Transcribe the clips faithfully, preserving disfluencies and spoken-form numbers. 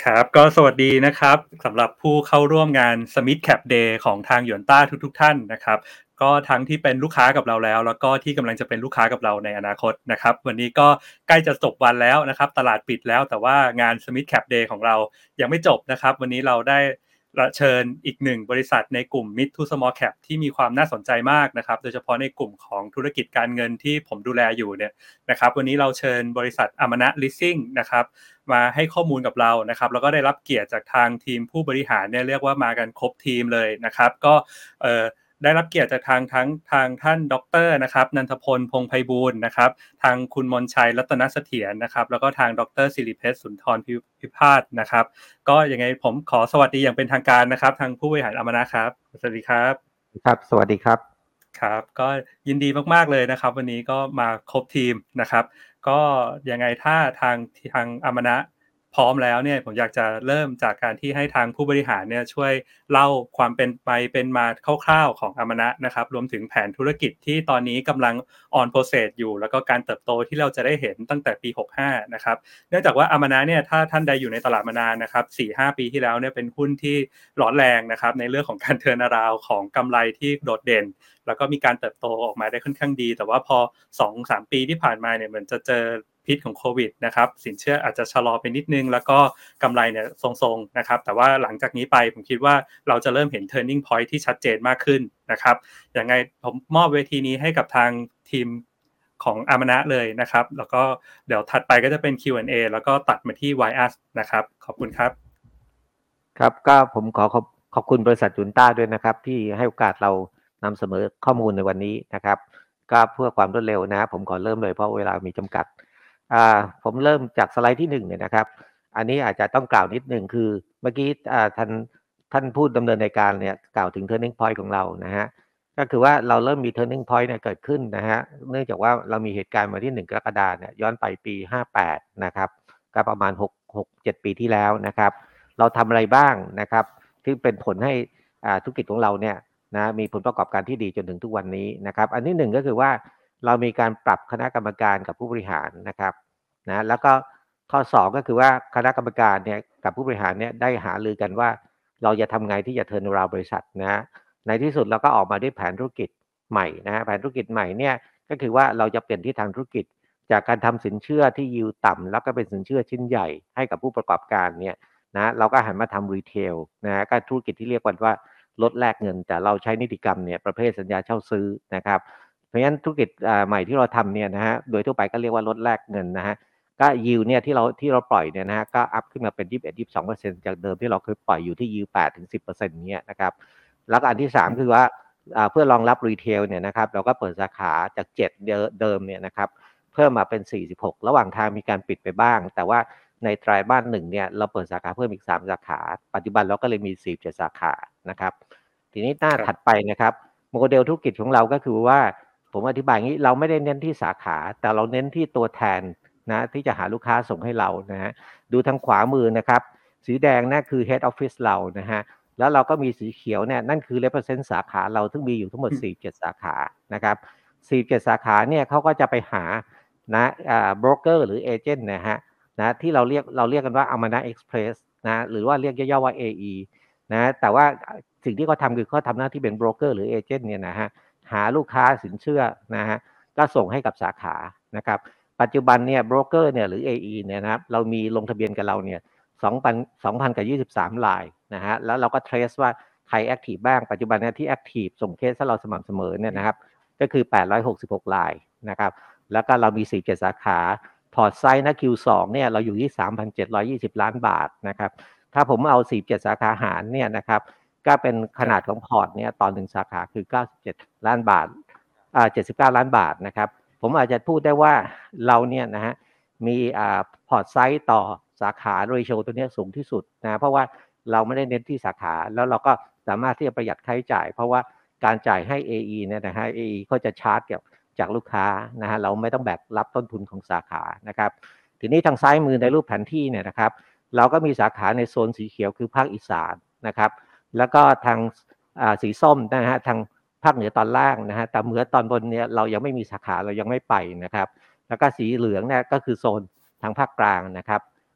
ครับก็สวัสดีนะครับสำหรับผู้เข้าร่วมงาน Smith Cap Day ของทางหยวนต้าทุกๆท่านนะครับก็ทั้งที่เป็นลูกค้ากับเราแล้วแล้วก็ที่กำลังจะเป็นลูกค้ากับเราในอนาคตนะครับวันนี้ก็ใกล้จะจบวันแล้วนะครับตลาดปิดแล้วแต่ว่างาน Smith Cap Day ของเรายังไม่จบนะครับวันนี้เราได้รับเชิญอีกหนึ่งบริษัทในกลุ่ม Mid to Small Cap ที่มีความน่าสนใจมากนะครับโดยเฉพาะในกลุ่มของธุรกิจการเงินที่ผมดูแลอยู่เนี่ยนะครับวันนี้เราเชิญบริษัท Amana Leasing นะครับ มาให้ข้อมูลกับเรานะครับแล้วก็ได้รับเกียรติจากทางทีมผู้บริหารเนี่ยเรียกว่ามากันครบทีมเลยนะครับก็เอ่อได้รับเกียรติจากทางทั้งทางท่านดรนะครับนันทพลพงษ์ไพบูลย์นะครับทางคุณมนชัยรัตนเสถียรนะครับแล้วก็ทางดรศิริเพชรสุนทรพิพิพาทนะครับก็ยังไงผมขอสวัสดีอย่างเป็นทางการนะครับทางผู้บริหารอามานะครับสวัสดีครับครับสวัสดีครับครับก็ยินดีมากๆเลยนะครับวันนี้ก็มาครบทีมนะครับก็ยังไงถ้าทางทางอามานะพร้อมแล้วเนี่ยผมอยากจะเริ่มจากการที่ให้ทางผู้บริหารเนี่ยช่วยเล่าความเป็นไปเป็นมาคร่าวๆของอามานะนะครับรวมถึงแผนธุรกิจที่ตอนนี้กำลัง on process อยู่แล้วก็การเติบโตที่เราจะได้เห็นตั้งแต่ปีหกสิบห้านะครับเนื่องจากว่าอามานะเนี่ยถ้าท่านใดอยู่ในตลาดมานานนะครับ สี่ห้า ปีที่แล้วเนี่ยเป็นหุ้นที่ร้อนแรงนะครับในเรื่องของการเทิร์นอราวด์ของกำไรที่โดดเด่น แล้วก็มีการเติบโตออกมาได้ค่อนข้างดีแต่ว่าพอ สองถึงสาม ปีที่ผ่านมาเนี่ยเหมือนจะเจอพิษของโควิดนะครับสินเชื่ออาจจะชะลอไปนิดนึงแล้วก็กำไรเนี่ยทรงๆนะครับแต่ว่าหลังจากนี้ไปผมคิดว่าเราจะเริ่มเห็น turning point ที่ชัดเจนมากขึ้นนะครับยังไงผมมอบเวทีนี้ให้กับทางทีมของอามนะเลยนะครับแล้วก็เดี๋ยวถัดไปก็จะเป็น คิว แอนด์ เอ แล้วก็ตัดมาที่ Why Us นะครับขอบคุณครับครับก็ผมขอขอบขอบคุณบริษัทจุนต้าด้วยนะครับที่ให้โอกาสเรานำเสนอข้อมูลในวันนี้นะครับก็เพื่อความรวดเร็วนะผมขอเริ่มเลยเพราะเวลามีจำกัดอ่าผมเริ่มจากสไลด์ที่หนึ่งเนี่ยนะครับอันนี้อาจจะต้องกล่าวนิดหนึ่งคือเมื่อกี้อ่าท่านท่านพูดดำเนินในการเนี่ยกล่าวถึง turning point ของเรานะฮะก็คือว่าเราเริ่มมี turning point เนี่ยเกิดขึ้นนะฮะเนื่องจากว่าเรามีเหตุการณ์วันที่หนึ่งกรกฎาคมเนี่ยย้อนไปปีห้าแปดนะครับก็ประมาณหก หก เจ็ดปีที่แล้วนะครับ เราทำอะไรบ้างนะครับที่เป็นผลให้ธุรกิจของเราเนี่ยนะมีผลประกอบการที่ดีจนถึงทุกวันนี้นะครับอันที่หนึ่งก็คือว่าเรามีการปรับคณะกรรมการกับผู้บริหารนะครับนะแล้วก็ข้อสองก็คือว่าคณะกรรมการเนี่ยกับผู้บริหารเนี่ยได้หารือกันว่าเราจะทำไงที่จะเทิร์นอราวด์บริษัทนะในที่สุดเราก็ออกมาด้วยแผนธุรกิจใหม่นะฮะแผนธุรกิจใหม่เนี่ยก็คือว่าเราจะเปลี่ยนทิศทางธุรกิจจากการทำสินเชื่อที่ยิวต่ำแล้วก็เป็นสินเชื่อชิ้นใหญ่ให้กับผู้ประกอบการเนี่ยนะเราก็หันมาทำรีเทลนะฮะก็ธุรกิจที่เรียกกันว่าลดแลกเงินแต่เราใช้นิติกรรมเนี่ยประเภทสัญญาเช่าซื้อนะครับเพราะฉะนั้นธุรกิจใหม่ที่เราทำเนี่ยนะฮะโดยทั่วไปก็เรียกว่าลดแลกเงินนะฮะก็ยิวเนี่ยที่เราที่เราปล่อยเนี่ยนะฮะก็อัพขึ้นมาเป็น ยี่สิบเอ็ด ยี่สิบสองเปอร์เซ็นต์ จากเดิมที่เราเคยปล่อยอยู่ที่ยิว แปดถึงสิบเปอร์เซ็นต์ เนี่ยนะครับแล้วก็อันที่สามคือว่าเพื่อรองรับรีเทลเนี่ยนะครับเราก็เปิดสาขาจากเจ็ดเดิมเนี่ยนะครับเพิ่มมาเป็นสี่สิบหกระหว่างทางมีการปิดไปบ้างแต่ว่าในไตรมาสหนึ่งเนี่ยเราเปิดสาขาเพิ่มอีกสามสาขาปัจจุบันเราก็เลยมีสี่สิบเจ็ดสาขานะครับทีนี้หน้าถัดไปนะครับโมเดลธุรกิจของเราก็คือว่าผมอธิบายงี้เราไม่ได้เน้นที่สาขาแต่เราเน้นที่ตัวแทนนะที่จะหาลูกค้าส่งให้เรานะฮะดูทางขวามือนะครับสีแดงนั่นคือ Head Office เรานะฮะแล้วเราก็มีสีเขียวเนี่ยนั่นคือ represent สาขาเราซึ่งมีอยู่ทั้งหมดสี่สิบเจ็ดสาขานะครับสี่สิบเจ็ดสาขาเนี่ยเขาก็จะไปหานะอ่าโบรกเกอร์หรือเอเจนต์นะฮะนะที่เราเรียกเราเรียกกันว่า Amana Express นะหรือว่าเรียกย่อๆว่า เอ อี นะแต่ว่าสิ่งที่เขาทำคือเขาทำหน้าที่เป็นโบรกเกอร์หรือเอเจนต์เนี่ยนะฮะหาลูกค้าสินเชื่อนะฮะก็ส่งให้กับสาขานะครับปัจจุบันเนี่ยโบรกเกอร์เนี่ยหรือ เอ อี เนี่ยนะครับเรามีลงทะเบียนกับเราเนี่ยสองพัน สองพันกับยี่สิบสามรายนะฮะแล้วเราก็เทรสว่าใครแอคทีฟบ้างปัจจุบันเนี่ยที่แอคทีฟส่งเคสให้เราสม่ำเสมอเนี่ยนะครับก็คือแปดร้อยหกสิบหกรายนะครับแล้วก็เรามีสี่สิบเจ็ดสาขาพอร์ตไซส์นะ คิว สอง เนี่ยเราอยู่ที่ สามพันเจ็ดร้อยยี่สิบ ล้านบาทนะครับถ้าผมเอาสี่สิบเจ็ดสาขาหารเนี่ยนะครับก็เป็นขนาดของพอร์ตเนี่ยตอนหนึ่งสาขาคือเก้าสิบเจ็ดล้านบาทอ่าเจ็ดสิบเก้าล้านบาทนะครับผมอาจจะพูดได้ว่าเราเนี่ยนะฮะมีอ่าพอร์ตไซส์ต่อสาขาเรโชตัวนี้สูงที่สุดนะเพราะว่าเราไม่ได้เน้นที่สาขาแล้วเราก็สามารถที่จะประหยัดค่าใช้จ่ายเพราะว่าการจ่ายให้ เอ อี เนี่ยนะฮะ เอ อี ก็จะชาร์จเกี่ยวจากลูกค้านะฮะเราไม่ต้องแบกรับต้นทุนของสาขานะครับทีนี้ทางซ้ายมือในรูปแผนที่เนี่ยนะครับเราก็มีสาขาในโซนสีเขียวคือภาคอีสานนะครับแล้วก็ทางสีส้มนะฮะทางภาคเหนือตอนล่างนะฮะแต่เหนือตอนบนเนี่ยเรายังไม่มีสาขาเรายังไม่ไปนะครับแล้วก็สีเหลืองเนี่ยก็คือโซนทางภาคกลางนะครับ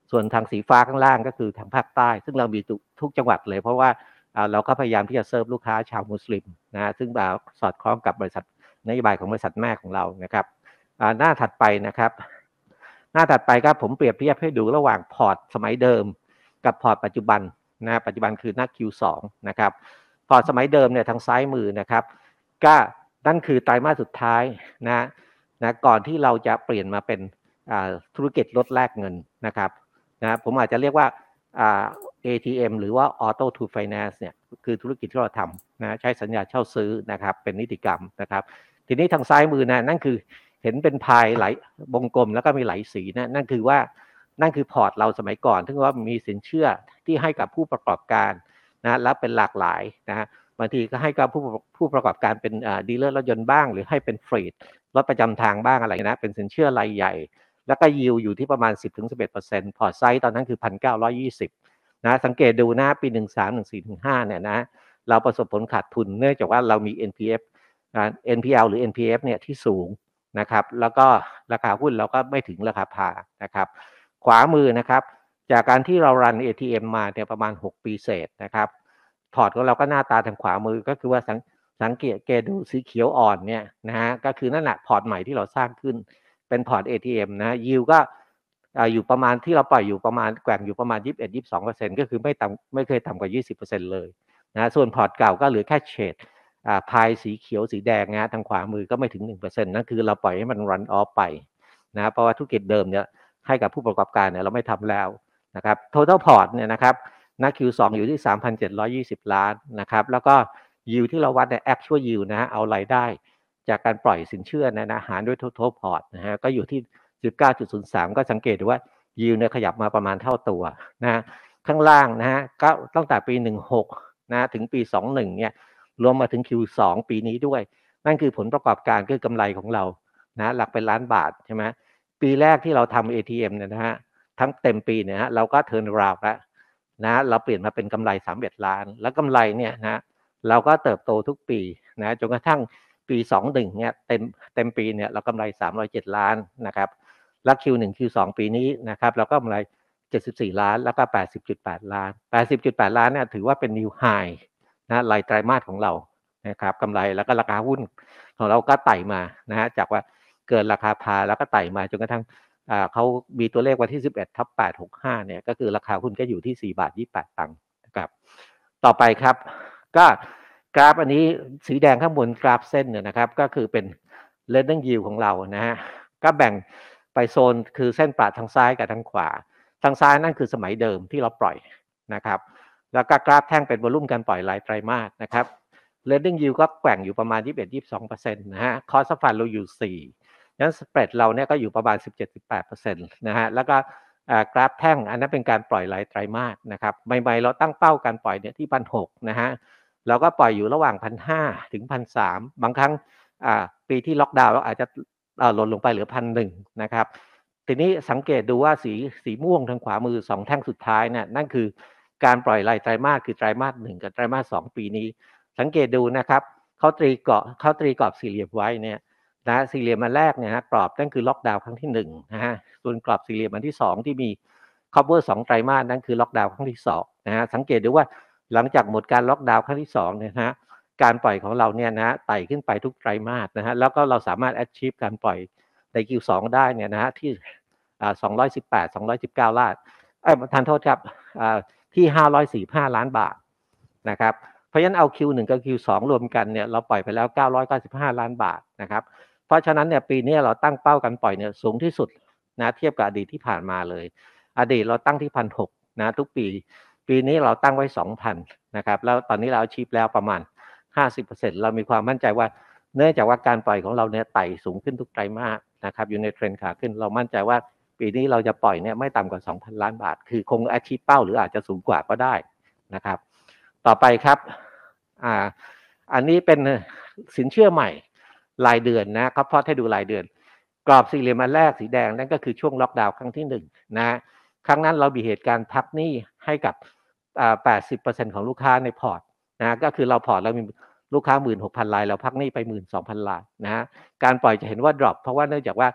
ส่วนทางสีฟ้าข้างล่างก็คือทางภาคใต้ซึ่งเรามีทุกจังหวัดเลยเพราะว่าเราก็พยายามที่จะเซิร์ฟลูกค้าชาวมุสลิมนะซึ่งสอดคล้องกับบริษัทนโยบายของบริษัทแม่ของเรานะครับหน้าถัดไปนะครับหน้าถัดไปครับผมเปรียบเทียบให้ดูระหว่างพอร์ตสมัยเดิมกับพอร์ตปัจจุบันนะปัจจุบันคือหน้า คิว สอง นะครับพอร์ตสมัยเดิมเนี่ยทางซ้ายมือนะครับก็นั่นคือไตรมาสสุดท้ายนะนะก่อนที่เราจะเปลี่ยนมาเป็นธุรกิจลดแลกเงินนะครับนะผมอาจจะเรียกว่า เอ ที เอ็ม หรือว่า Auto to Finance เนี่ยคือธุรกิจที่เราทำนะใช้สัญญาเช่าซื้อนะครับเป็นนิติกรรมนะครับทีนี้ทางซ้ายมือนะนั่นคือเห็นเป็นพายไหลวงกลมแล้วก็มีไหลสีนะนั่นคือว่านั่นคือพอร์ตเราสมัยก่อนที่ว่ามีสินเชื่อที่ให้กับผู้ประกอบการนะและเป็นหลากหลายนะบางทีก็ให้กับผู้ผู้ประกอบการเป็นดีลเลอร์รถยนต์บ้างหรือให้เป็นฟรีดรถประจำทางบ้างอะไรนะเป็นสินเชื่อรายใหญ่แล้วก็ยิวอยู่ที่ประมาณ สิบถึงสิบเอ็ดเปอร์เซ็นต์ พอร์ตไซส์ตอนนั้นคือ หนึ่งพันเก้าร้อยยี่สิบ นะสังเกตดูนะปีหนึ่ง สาม หนึ่ง สี่ หนึ่ง ห้าเนี่ยนะเราประสบผลขาดทุนเนื่องจากว่าเรามี เอ็น พี เอฟ นะ เอ็น พี แอล หรือ เอ็น พี เอฟ เนี่ยที่สูงนะครับแล้วก็ราคาหุ้นเราก็ไม่ถึงราคาพานะครับขวามือนะครับจากการที่เรารัน เอ ที เอ็ม มาเนี่ยประมาณหกปีเศษนะครับพอร์ตของเราก็หน้าตาทางขวามือก็คือว่าสังสังเกตเกดูสีเขียวอ่อนเนี่ยนะฮะก็คือนั่นแหละพอร์ตใหม่ที่เราสร้างขึ้นเป็นพอร์ต เอ ที เอ็ม นะยิวก็อยู่ประมาณที่เราปล่อยอยู่ประมาณแกว่งอยู่ประมาณ ยี่สิบเอ็ด ยี่สิบสองเปอร์เซ็นต์ ก็คือไม่ต่ำไม่เคยต่ำกว่า ยี่สิบเปอร์เซ็นต์ เลยนะส่วนพอร์ตเก่าก็เหลือแค่เฉดอ่าพายสีเขียวสีแดงนะทางขวามือก็ไม่ถึง หนึ่งเปอร์เซ็นต์ นั่นคือเราปล่อยให้มัน run off ไปนะเพราะว่าธุรกิจเดิมเนี่ยให้กับผู้ประกอบการเนี่ยเราไม่ทำแล้วนะครับ total port เนี่ยนะครับณ คิว สอง อยู่ที่ สามพันเจ็ดร้อยยี่สิบ ล้านนะครับแล้วก็ yield ที่เราวัดใน actual yield นะเอารายได้จากการปล่อยสินเชื่อนะนะหารด้วย total port นะฮะก็อยู่ที่ สิบเก้าจุดศูนย์สาม ก็สังเกตดูว่ายิวเนี่ยขยับมาประมาณเท่าตัวนะข้างล่างนะฮะก็ตั้งแต่ปีสิบหกนะถึงปียี่สิบเอ็ดเนี่ยรวมมาถึง คิว สอง ปีนี้ด้วยนั่นคือผลประกอบการคือกำไรของเรานะหลักเป็นล้านบาทใช่ไหมปีแรกที่เราทำ เอ ที เอ็ม เนี่ยนะฮะทั้งเต็มปีเนี่ยฮะเราก็เทิร์นราวด์แล้วนะเราเปลี่ยนมาเป็นกำไรสามสิบเอ็ดล้านแล้วกำไรเนี่ยนะเราก็เติบโตทุกปีนะจนกระทั่งปียี่สิบเอ็ดเนี่ยเต็มเต็มปีเนี่ยเรากำไรสามร้อยเจ็ดล้านนะครับแล้ว คิว หนึ่ง คิว สอง ปีนี้นะครับเราก็กำไรเจ็ดสิบสี่ล้านแล้วก็ แปดสิบจุดแปด ล้าน แปดสิบจุดแปด ล้านเนี่ยถือว่าเป็น new high นะรายไตรมาสของเรานะครับกำไรแล้วก็ราคาหุ้นของเราก็ไต่มานะฮะจากว่าเกินราคาพาแล้วก็ไต่มาจนกระทั่งอ่าเขามีตัวเลขวันที่สิบเอ็ดทับแปดหกห้าเนี่ยก็คือราคาหุ้นก็อยู่ที่สี่บาทยี่สิบแปดตังค์นะครับต่อไปครับก็กราฟอันนี้สีแดงข้างบนกราฟเส้นเนี่ยนะครับก็คือเป็น lending yield ของเรานะฮะก็แบ่งไปโซนคือเส้นประทางซ้ายกับทางขวาทางซ้ายนั่นคือสมัยเดิมที่เราปล่อยนะครับแล้วก็กราฟแท่งเป็นวอลุ่มการปล่อยรายไตรมาสนะครับ lending yield ก็แกว่งอยู่ประมาณ ยี่สิบเอ็ด ยี่สิบสองเปอร์เซ็นต์ นะฮะ cost of fund เราอยู่สี่นั้นสเปรดเราเนี่ยก็อยู่ประมาณ สิบเจ็ด สิบแปดเปอร์เซ็นต์ นะฮะแล้วก็กราฟแท่งอันนั้นเป็นการปล่อยรายไตรมาสนะครับใหม่ๆเราตั้งเป้าการปล่อยเนี่ยที่ หนึ่งพันหกร้อย นะฮะเราก็ปล่อยอยู่ระหว่าง หนึ่งพันห้าร้อย ถึง หนึ่งพันสามร้อย บางครั้งปีที่ล็อกดาวน์เราอาจจะหล่นลงไปเหลือ หนึ่งพันหนึ่งร้อย นะครับทีนี้สังเกตดูว่าสีสีม่วงทางขวามือสองแท่งสุดท้ายเนี่ยนั่นคือการปล่อยรายไตรมาสคือไตรมาสหนึ่งกับไตรมาสสองปีนี้สังเกตดูนะครับเขาตรีเกาะเขาตรีกรอบสี่เหลี่ยมไว้เนี่ยนะสี่เหลี่ยมอันแรกเนี่ยนะกรอบนั่นคือล็อกดาวน์ครั้งที่หนึ่งนะฮะส่วนกรอบสี่เหลี่ยมอันที่สองที่มี cover สองไตรมาสนั่นคือล็อกดาวน์ครั้งที่สองนะฮะสังเกตดูว่าหลังจากหมดการล็อกดาวน์ครั้งที่สองเนี่ยนะฮะการปล่อยของเราเนี่ยนะไต่ขึ้นไปทุกไตรมาสนะฮะแล้วก็เราสามารถ achieve การปล่อยใน คิว สอง ได้เนี่ยนะฮะที่อ่าสองร้อยสิบแปด สองร้อยสิบเก้าล้านเอ้ยทานโทษครับอ่าที่ห้าร้อยสี่สิบห้าล้านบาทนะครับเพราะฉะนั้นเอา คิว หนึ่ง กับ คิว สอง รวมกันเนี่ยเราปล่อยไปแล้วเก้าร้อยเก้าสิบห้าล้านบาทนะครับเพราะฉะนั้นเนี่ยปีนี้เราตั้งเป้าการปล่อยเนี่ยสูงที่สุดนะเทียบกับอดีตที่ผ่านมาเลยอดีตเราตั้งที่ หนึ่งพันหกร้อย นะทุกปีปีนี้เราตั้งไว้ สองพัน นะครับแล้วตอนนี้เราachieveแล้วประมาณ ห้าสิบเปอร์เซ็นต์ เรามีความมั่นใจว่าเนื่องจากว่าการปล่อยของเราเนี่ยไต่สูงขึ้นทุกไตรมาสนะครับอยู่ในเทรนด์ขาขึ้นเรามั่นใจว่าปีนี้เราจะปล่อยเนี่ยไม่ต่ำกว่า สองพัน ล้านบาทคือคง achieve เป้าหรืออาจจะสูงกว่าก็ได้นะครับต่อไปครับอ่าอันนี้เป็นสินเชื่อใหม่รายเดือนนะเขาพลอตให้ดูรายเดือนกรอบสี่เหลี่ยมอันแรกสีแดงนั่นก็คือช่วงล็อกดาวน์ครั้งที่หนึ่งนะครั้งนั้นเรามีเหตุการณ์พักหนี้ให้กับอ่า แปดสิบเปอร์เซ็นต์ ของลูกค้าในพอร์ตนะก็คือเราพอร์ตเรามีลูกค้า หนึ่งหมื่นหกพัน รายเราพักหนี้ไป หนึ่งหมื่นสองพัน รายนะการปล่อยจะเห็นว่า drop เพราะว่าเนื่องจากว่า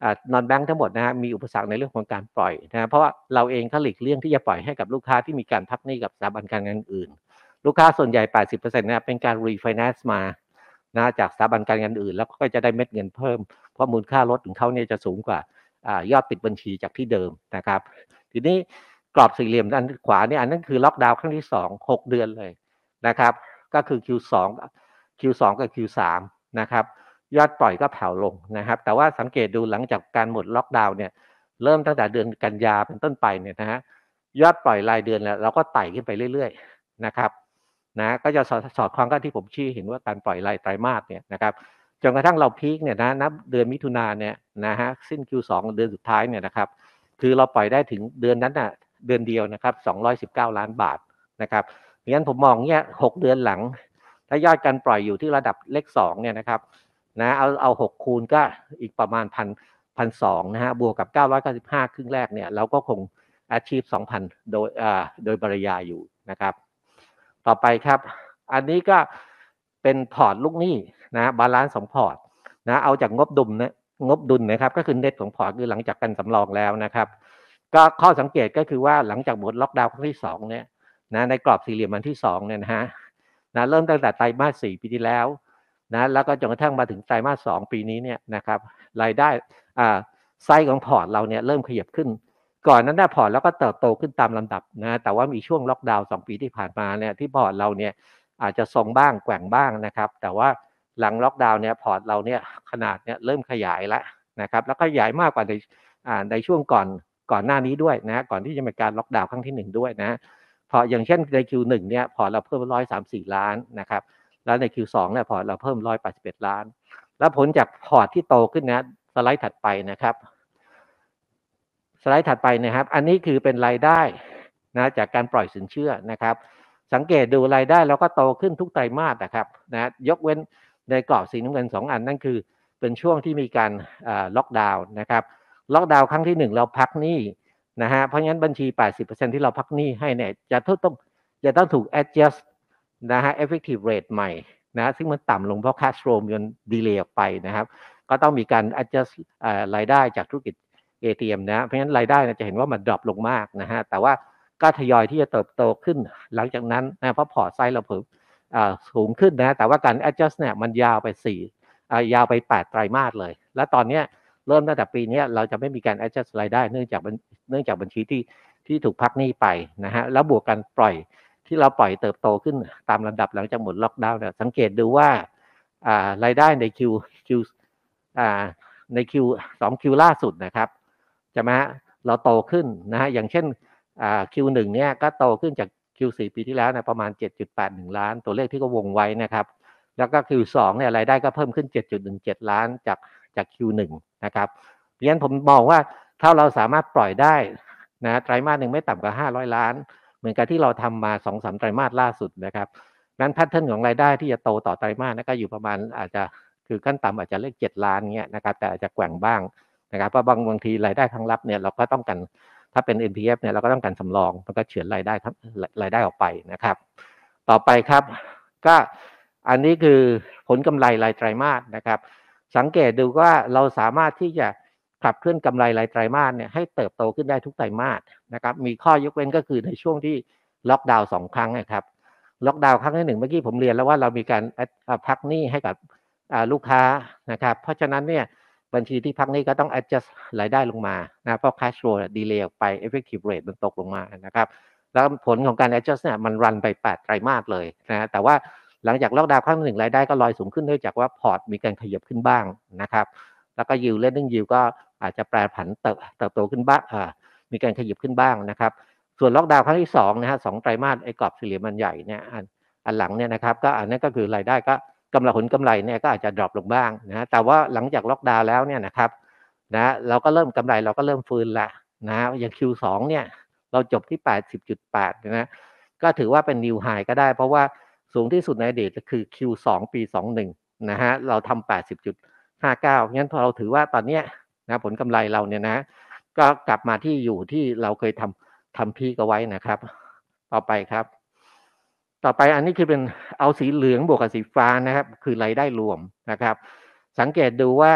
อ่านอนแบงค์ทั้งหมดนะฮะมีอุปสรรคในเรื่องของการปล่อยนะเพราะว่าเราเองก็หลีกเลี่ยงที่จะปล่อยให้กับลูกค้าที่มีการพักหนี้กับสถาบันการเงินอื่นลูกค้าส่วนใหญ่ แปดสิบเปอร์เซ็นต์ เนี่ยเป็นการรีไฟแนนซ์มานะจากสถาบันการเงินอื่นแล้วก็จะได้เม็ดเงินเพิ่มเพราะมูลค่ารถของเขาเนี่ยจะสูงกว่าอ่ายอดปิดบัญชีจากที่เดิมนะครับทีนี้กรอบสี่เหลี่ยมด้านขวาเนี่ยอันนั้นคือล็อกดาวน์ครั้งที่สอง หกเดือนเลยนะครับก็คือ คิว สอง คิว สอง กับ คิว สาม นะครับยอดปล่อยก็แผ่วลงนะครับแต่ว่าสังเกตดูหลังจากการหมดล็อกดาวน์เนี่ยเริ่มตั้งแต่เดือนกันยาเป็นต้นไปเนี่ยนะฮะยอดปล่อยรายเดือนแล้วเราก็ไต่ขึ้นไปเรื่อยๆนะครับนะก็จะสอดสอดคล้องกับที่ผมชี้เห็นว่าการปล่อยรายไตรมาสเนี่ยนะครับจนกระทั่งเราพีคเนี่ยนะนับเดือนมิถุนายนเนี่ยนะฮะสิ้น คิว สอง เดือนสุดท้ายเนี่ยนะครับคือเราปล่อยได้ถึงเดือนนั้นน่ะเดือนเดียวนะครับสองร้อยสิบเก้าล้านบาทนะครับงั้นผมมองเนี่ยหกเดือนหลังถ้ายอดการปล่อยอยู่ที่ระดับเลขสองเนี่ยนะครับนะเอาเอาหกคูณก็อีกประมาณพันพันสองนะฮะบวกกับเก้าร้อยเก้าสิบห้าครึ่งแรกเนี่ยเราก็คง achieve สองพันโดยอ่าโดยปริยายอยู่นะครับต่อไปครับอันนี้ก็เป็นพอร์ตลูกหนี้นะบาลานซ์ของพอร์ตนะเอาจากงบดุลนะงบดุลนะครับก็คือเน็ตของพอร์ตคือหลังจากกันสำรองแล้วนะครับก็ข้อสังเกตก็คือว่าหลังจากหมดล็อกดาวน์ครั้งที่สองเนี่ยนะในกรอบสี่เหลี่ยมอันที่สองเนี่ยนะฮะนะเริ่มตั้งแต่ไตรมาสสี่ปีที่แล้วนะแล้วก็จนกระทั่งมาถึงไตรมาสสองปีนี้เนี่ยนะครับรายได้อ่าไซส์ของพอร์ตเราเนี่ยเริ่มขยับขึ้นก่อนนั้นน่ะพอร์ตแล้วก็เติบโตขึ้นตามลำดับนะแต่ว่ามีช่วงล็อกดาวน์สองปีที่ผ่านมาเนี่ยที่พอร์ตเราเนี่ยอาจจะทรงบ้างแกว่งบ้างนะครับแต่ว่าหลังล็อกดาวน์เนี่ยพอร์ตเราเนี่ยขนาดเนี่ยเริ่มขยายแล้วนะครับแล้วก็ขยายมากกว่าในอ่าในช่วงก่อนก่อนหน้านี้ด้วยนะก่อนที่จะมีการล็อกดาวน์ครั้งที่หนึ่งด้วยนะพออย่างเช่นใน คิว หนึ่งเนี่ยพอร์ตเราเพิ่มหนึ่งร้อยสามสิบสี่ล้านนะครับแล้วใน คิว สองเนี่ยพอร์ตเราเพิ่มหนึ่งร้อยแปดสิบเอ็ดล้านแล้วผลจากพอร์ตที่โตขึ้นนะสไลด์ถัดไปนะครับสไลด์ถัดไปนะครับอันนี้คือเป็นรายได้นะจากการปล่อยสินเชื่อนะครับสังเกตดูรายได้เราก็โตขึ้นทุกไตรมาสนะครับนะยกเว้นในกรอบสีน้ำเงินสองอันนั่นคือเป็นช่วงที่มีการล็อกดาวน์นะครับล็อกดาวน์ครั้งที่หนึ่งเราพักหนี้นะฮะเพราะงั้นบัญชี แปดสิบเปอร์เซ็นต์ ที่เราพักหนี้ให้เนี่ยจะต้องจะต้องถูก adjust นะฮะ effective rate ใหม่นะซึ่งมันต่ำลงเพราะ cash flow มันดีเลย์ออกไปนะครับก็ต้องมีการ adjust รายได้จากธุรกิจ เอ ที เอ็ม นะเพราะฉะนั้นรายได้จะเห็นว่ามันดรอปลงมากนะฮะแต่ว่าก็ทยอยที่จะเติบโตขึ้นหลังจากนั้นนะเพราะพอร์ตไซส์เราเพิ่มสูงขึ้นนะแต่ว่าการ adjust เนี่ยมันยาวไปสี่ยาวไปแปดไตรมาสเลยและตอนนี้เริ่มตั้งแต่ปีนี้เราจะไม่มีการ adjust รายได้เนื่องจากเนื่องจากบัญชีที่ที่ถูกพักหนี้ไปนะฮะแล้วบวกกันปล่อยที่เราปล่อยเติบโตขึ้นตามลำดับหลังจากหมดล็อกดาวน์เนี่ยสังเกตดูว่ารายได้ใน Q Q ใน Q สอง Q ล่าสุดนะครับใช่ไหมฮะเราโตขึ้นนะฮะอย่างเช่น คิว หนึ่ง เนี่ยก็โตขึ้นจาก คิว สี่ ปีที่แล้วนะประมาณ เจ็ดจุดแปดหนึ่ง ล้านตัวเลขที่ก็วงไว้นะครับแล้วก็ คิว สอง เนี่ยรายได้ก็เพิ่มขึ้น เจ็ดจุดหนึ่งเจ็ด ล้านจากจาก คิว หนึ่ง นะครับเพราะฉะนั้นผมมองว่าถ้าเราสามารถปล่อยได้นะไตรมาสหนึ่งไม่ต่ำกว่าห้าร้อยล้านเหมือนกับที่เราทำมา สองสาม ไตรมาสล่าสุดนะครับนั้นแพทเทิร์นของรายได้ที่จะโตต่อไตรมาสนะก็อยู่ประมาณอาจจะคือขั้นต่ำอาจจะเลขเจ็ดล้านเงี้ยนะครับแต่อาจจะแกว่งบ้างนะครับเพราะบางบางทีรายได้ทั้งรับเนี่ยเราก็ต้องกันถ้าเป็น เอ็น พี เอฟ เนี่ยเราก็ต้องการสำรองมันก็เฉือนรายได้ทั้งรายได้ออกไปนะครับต่อไปครับก็อันนี้คือผลกำไรรายไตรมาสนะครับสังเกตดูว่าเราสามารถที่จะขับเคลื่อนกำไรรายไตรมาสเนี่ยให้เติบโตขึ้นได้ทุกไตรมาสนะครับมีข้อยกเว้นก็คือในช่วงที่ล็อกดาวน์สองครั้งนะครับล็อกดาวน์ครั้งที่หนึ่งเมื่อกี้ผมเรียนแล้วว่าเรามีการพักหนี้ให้กับลูกค้านะครับเพราะฉะนั้นเนี่ยบัญชีที่พักหนี้ก็ต้อง adjust รายได้ลงมานะเพราะ cash flow delay ออกไป effective rate มันตกลงมานะครับแล้วผลของการ adjust เนี่ยมันรันไปแปดไตรมาสเลยนะแต่ว่าหลังจากล็อกดาวน์ครั้งหนึ่งรายได้ก็ลอยสูงขึ้นเนื่องจากว่าพอร์ตมีการขยับขึ้นบ้างนะครับแล้วก็ yield lending yield ก็อาจจะแปรผันเติบเติบโตขึ้นบ้างมีการขยับขึ้นบ้างนะครับส่วนล็อกดาวน์ครั้งที่สองนะฮะสองไตรมาสไอ้กรอบสี่เหลี่ยมมันใหญ่เนี่ยอันอันหลังเนี่ยนะครับก็อันนั้นก็คือรายได้ก็กำไรผลกำไรเนี่ยก็อาจจะดรอปลงบ้างนะแต่ว่าหลังจากล็อกดาวน์แล้วเนี่ยนะครับนะเราก็เริ่มกำไรเราก็เริ่มฟื้นละนะอย่าง คิว สอง เนี่ยเราจบที่ แปดสิบจุดแปด นะก็ถือว่าเป็น new high ก็ได้เพราะว่าสูงที่สุดในอดีตคือ คิว สอง ปีสองสิบเอ็ดนะฮะเราทำ แปดสิบจุดห้าเก้า งั้นพอเราถือว่าตอนนี้นะผลกำไรเราเนี่ยนะก็กลับมาที่อยู่ที่เราเคยทำทำพีก็ไว้นะครับต่อไปครับต่อไปอันนี้คือเป็นเอาสีเหลืองบวกกับสีฟ้านะครับคือรายได้รวมนะครับสังเกตดูว่า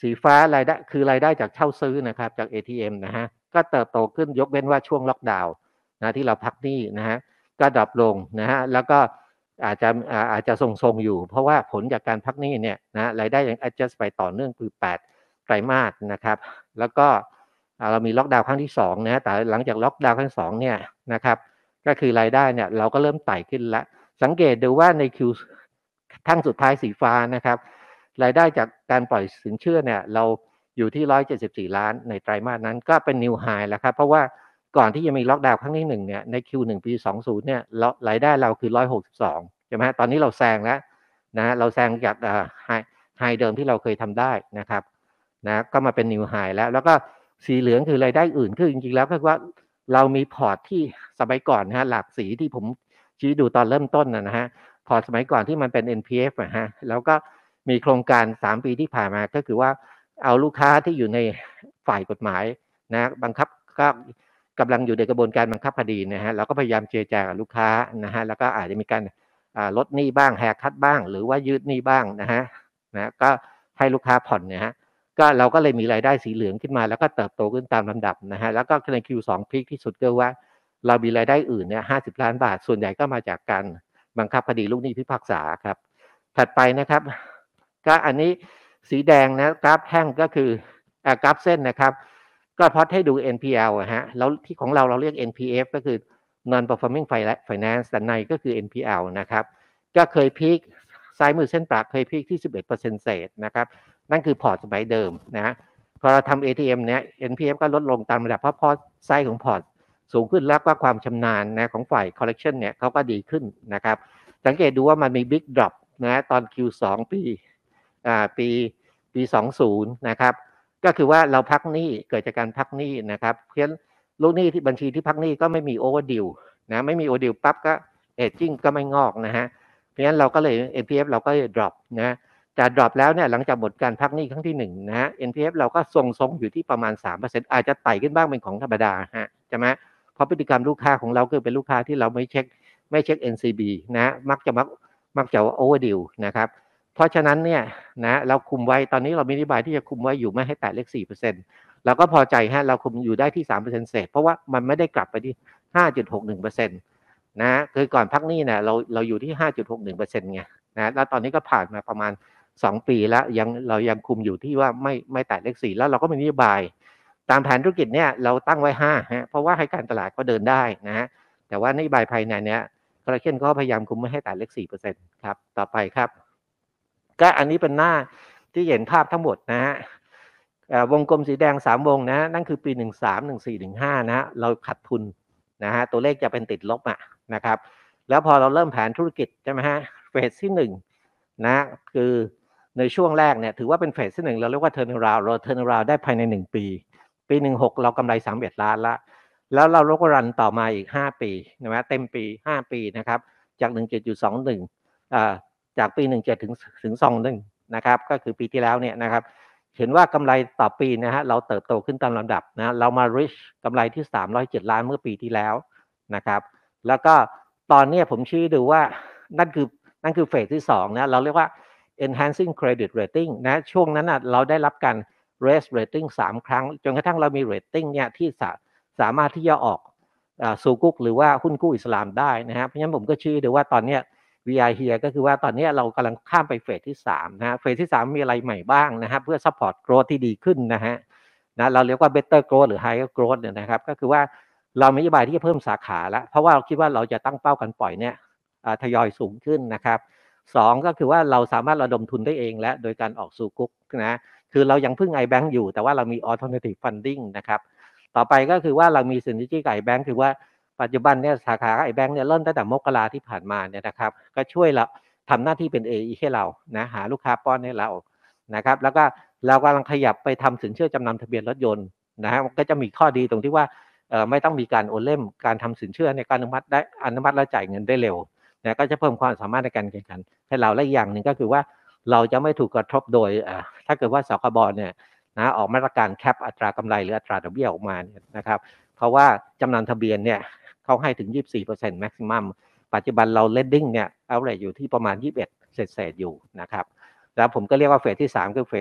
สีฟ้ารายได้คือรายได้จากเช่าซื้อนะครับจาก เอ ที เอ็ม นะฮะก็เติบโตขึ้นยกเว้นว่าช่วงล็อกดาวน์นะที่เราพักหนี้นะฮะก็ดรอปลงนะฮะแล้วก็อาจจะอาจจะทรงๆอยู่เพราะว่าผลจากการพักหนี้เนี่ยนะรายได้ยัง adjust ไปต่อเนื่องคือแปดไตรมาสนะครับแล้วก็เรามีล็อกดาวน์ครั้งที่สองนะแต่หลังจากล็อกดาวน์ครั้งที่สองเนี่ยนะครับก็คือรายได้เนี่ยเราก็เริ่มไต่ขึ้นแล้วสังเกตดูว่าในคิวแท่งสุดท้ายสีฟ้านะครับรายได้จากการปล่อยสินเชื่อเนี่ยเราอยู่ที่หนึ่งร้อยเจ็ดสิบสี่ล้านในไตรมาสนั้นก็เป็นนิวไฮแล้วครับเพราะว่าก่อนที่จะมีล็อกดาวน์ครั้งที่หนึ่งเนี่ยใน คิว หนึ่ง ปีสองสิบเนี่ยรายได้เราคือหนึ่งร้อยหกสิบสองใช่ไหมตอนนี้เราแซงแล้วนะเราแซงจากไฮไฮเดิมที่เราเคยทำได้นะครับนะก็มาเป็นนิวไฮแล้วแล้วก็สีเหลืองคือรายได้อื่นคือจริงๆแล้วก็คือว่าเรามีพอร์ตที่สมัยก่อนนะฮะหลากสีที่ผมชี้ดูตอนเริ่มต้นนะฮะพอร์ตสมัยก่อนที่มันเป็น เอ็น พี เอฟ นะฮะแล้วก็มีโครงการสามปีที่ผ่านมาก็คือว่าเอาลูกค้าที่อยู่ในฝ่ายกฎหมายนะบังคับก็กำลังอยู่ในกระบวนการบังคับคดีนะฮะเราก็พยายามเจรจากับลูกค้านะฮะแล้วก็อาจจะมีการลดหนี้บ้างแฮร์คัทบ้างหรือว่ายืดหนี้บ้างนะฮะนะก็ให้ลูกค้าผ่อนเนี่ยฮะก็เราก็เลยมีรายได้สีเหลืองขึ้นมาแล้วก็เติบโตขึ้นตามลำดับนะฮะแล้วก็ใน คิว สอง พีคที่สุดก็ว่าเรามีรายได้อื่นเนี่ยห้าสิบล้านบาทส่วนใหญ่ก็มาจากการบังคับคดีลูกหนี้พิพากษาครับถัดไปนะครับก็อันนี้สีแดงนะกราฟแท่งก็คือกราฟเส้นนะครับก็พอให้ดู เอ็น พี แอล อะฮะแล้วที่ของเราเราเรียก เอ็น พี เอฟ ก็คือ non performing finance แต่ในก็คือ เอ็น พี แอล นะครับก็เคยพีคซ้ายมือเส้นปากเคยพีคที่ สิบเอ็ดเปอร์เซ็นต์ เศษนะครับนั่นคือพอร์ตสมัยเดิมนะพอเราทำ เอ ที เอ็ม เนี่ย เอ็น พี เอฟ ก็ลดลงตามระดับเพราะพอไซส์ของพอร์ตสูงขึ้นแล้วก็ความชำนาญนะของฝ่าย collection เนี่ยเขาก็ดีขึ้นนะครับสังเกตดูว่ามันมี big drop นะตอน คิว สอง ปีอ่าปีปีสองสิบนะครับก็คือว่าเราพักหนี้เกิดจากการพักหนี้นะครับเพราะฉะนั้นลูกหนี้ที่บัญชีที่พักหนี้ก็ไม่มีโอเวอร์ดิวนะไม่มีโอเวอร์ดิวปั๊บก็เอจจิ้งก็ไม่งอกนะฮะเพราะฉะนั้นเราก็เลย เอ็น พี เอฟ เราก็ drop นะแต่ drop แล้วเนี่ยหลังจากหมดการพักหนี้ครั้งที่หนึ่งนะฮะ เอ็น พี เอฟ เราก็ทรงๆอยู่ที่ประมาณ สามเปอร์เซ็นต์ อาจจะไต่ขึ้นบ้างเป็นของธรรมดาฮะใช่ไหมเพราะพฤติกรรมลูกค้าของเราคือเป็นลูกค้าที่เราไม่เช็คไม่เช็ค เอ็น ซี บี นะมักจะมักมักจะโอเวอร์ดิวนะครับเพราะฉะนั้นเนี่ยนะเราคุมไว้ตอนนี้เรามีนโยบายที่จะคุมไว้อยู่ไม่ให้แตะเลข สี่เปอร์เซ็นต์ เราก็พอใจฮะเราคุมอยู่ได้ที่ สามเปอร์เซ็นต์ เศษเพราะว่ามันไม่ได้กลับไปที่ ห้าจุดหกหนึ่งเปอร์เซ็นต์ นะคือก่อนพักหนี้เนี่ยเราเราอยู่ที่ ห้าจุดหกหนึ่งเปอร์เซ็นต์ ไงนะแล้วตอนนี้ก็ผ่านมาประมาณสองปีแล้วยังเรายังคุมอยู่ที่ว่าไม่ไม่แตะเลขสี่แล้วเราก็มีนโยบายตามแผนธุรกิจเนี่ยเราตั้งไว้ห้าฮะเพราะว่าให้การตลาดก็เดินได้นะฮะแต่ว่านโยบายภายในเนี้ยคอลเลคชันก็พยายามคุมไม่ให้แตะเลข สี่เปอร์เซ็นต์ ครับต่อไปครับก็อันนี้เป็นหน้าที่เห็นภาพทั้งหมดนะฮะวงกลมสีแดงสามวงนะนั่นคือปีหนึ่งสาม หนึ่งสี่ หนึ่งห้านะฮะเราขาดทุนนะฮะตัวเลขจะเป็นติดลบอ่ะนะครับแล้วพอเราเริ่มแผนธุรกิจใช่ไหมฮะเฟสที่หนึ่งนะคือในช่วงแรกเนี่ยถือว่าเป็นเฟสที่หนึ่งเราเรียกว่า turn around เรา turn around ได้ภายในหนึ่งปีปีหนึ่งหกเรากำไรสามสิบเอ็ดล้านละแล้วเราก็รันต่อมาอีกห้าปีนะเต็มปีห้าปีนะครับจาก หนึ่งเจ็ดจุดสองหนึ่ง อ่าจากปีหนึ่งเจ็ดถึงถึงสองหนึ่งนะครับก็คือปีที่แล้วเนี่ยนะครับเห็นว่ากำไรต่อปีนะฮะเราเติบโตขึ้นตามลำดับนะเรามา reach กำไรที่สามร้อยเจ็ดล้านเมื่อปีที่แล้วนะครับแล้วก็ตอนนี้ผมชี้ดูว่านั่นคือนั่นคือเฟสที่สองนะเราเรียกว่า enhancing credit rating นะช่วงนั้นนะเราได้รับการ raise rating สามครั้งจนกระทั่งเรามี rating เนี่ยที่สาสามารถที่จะออกซูกุกหรือว่าหุ้นกู้อิสลามได้นะฮะเพราะฉะนั้นผมก็ชี้ดูว่าตอนนี้วี อาร์ here ก็คือว่าตอนนี้เรากำลังข้ามไปเฟสที่สามนะฮะเฟสที่สามมีอะไรใหม่บ้างนะฮะเพื่อ support growth ที่ดีขึ้นนะฮะนะเราเรียกว่า better growth หรือ higher growth เนี่ยนะครับก็คือว่าเรามีนโยบายที่จะเพิ่มสาขาแล้วเพราะว่าเราคิดว่าเราจะตั้งเป้าการปล่อยเนี่ยทยอยสูงขึ้นนะครับสองก็คือว่าเราสามารถระดมทุนได้เองและโดยการออกสู่กุ๊กนะคือเรายังพึ่ง iBank อยู่แต่ว่าเรามี alternative funding นะครับต่อไปก็คือว่าเรามี synergy กับ iBank คือว่าปัจจุบันเนี่ยสาขาไอแบงค์เนี่ยเริ่มตั้งแต่มกราที่ผ่านมาเนี่ยนะครับก็ช่วยเราทำหน้าที่เป็น เอ อี ให้เรานะหาลูกค้าป้อนให้เรานะครับแล้วก็เรากำลังขยับไปทำสินเชื่อจำนำทะเบียนรถยนต์นะฮะก็จะมีข้อดีตรงที่ว่าเอ่อไม่ต้องมีการโอนเล่มการทำสินเชื่อในการอนุมัติได้อนุมัติและจ่ายเงินได้เร็วนะก็จะเพิ่มความสามารถในการแข่งขันให้เราและอีกอย่างหนึ่งก็คือว่าเราจะไม่ถูกกระทบโดยเอ่อถ้าเกิดว่าสคบเนี่ยนะออกมาตรการแคปอัตรากำไรหรืออัตราดอกเบี้ยออกมาเนี่ยนะครับเพราะว่าจำนำทะเบียนเนี่ยเขาให้ถึง ยี่สิบสี่เปอร์เซ็นต์ maximum ปัจจุบันเรา lending เนี่ย average อยู่ที่ประมาณยี่สิบเอ็ดเศษๆอยู่นะครับแล้วผมก็เรียกว่าเฟสที่สามคือเฟส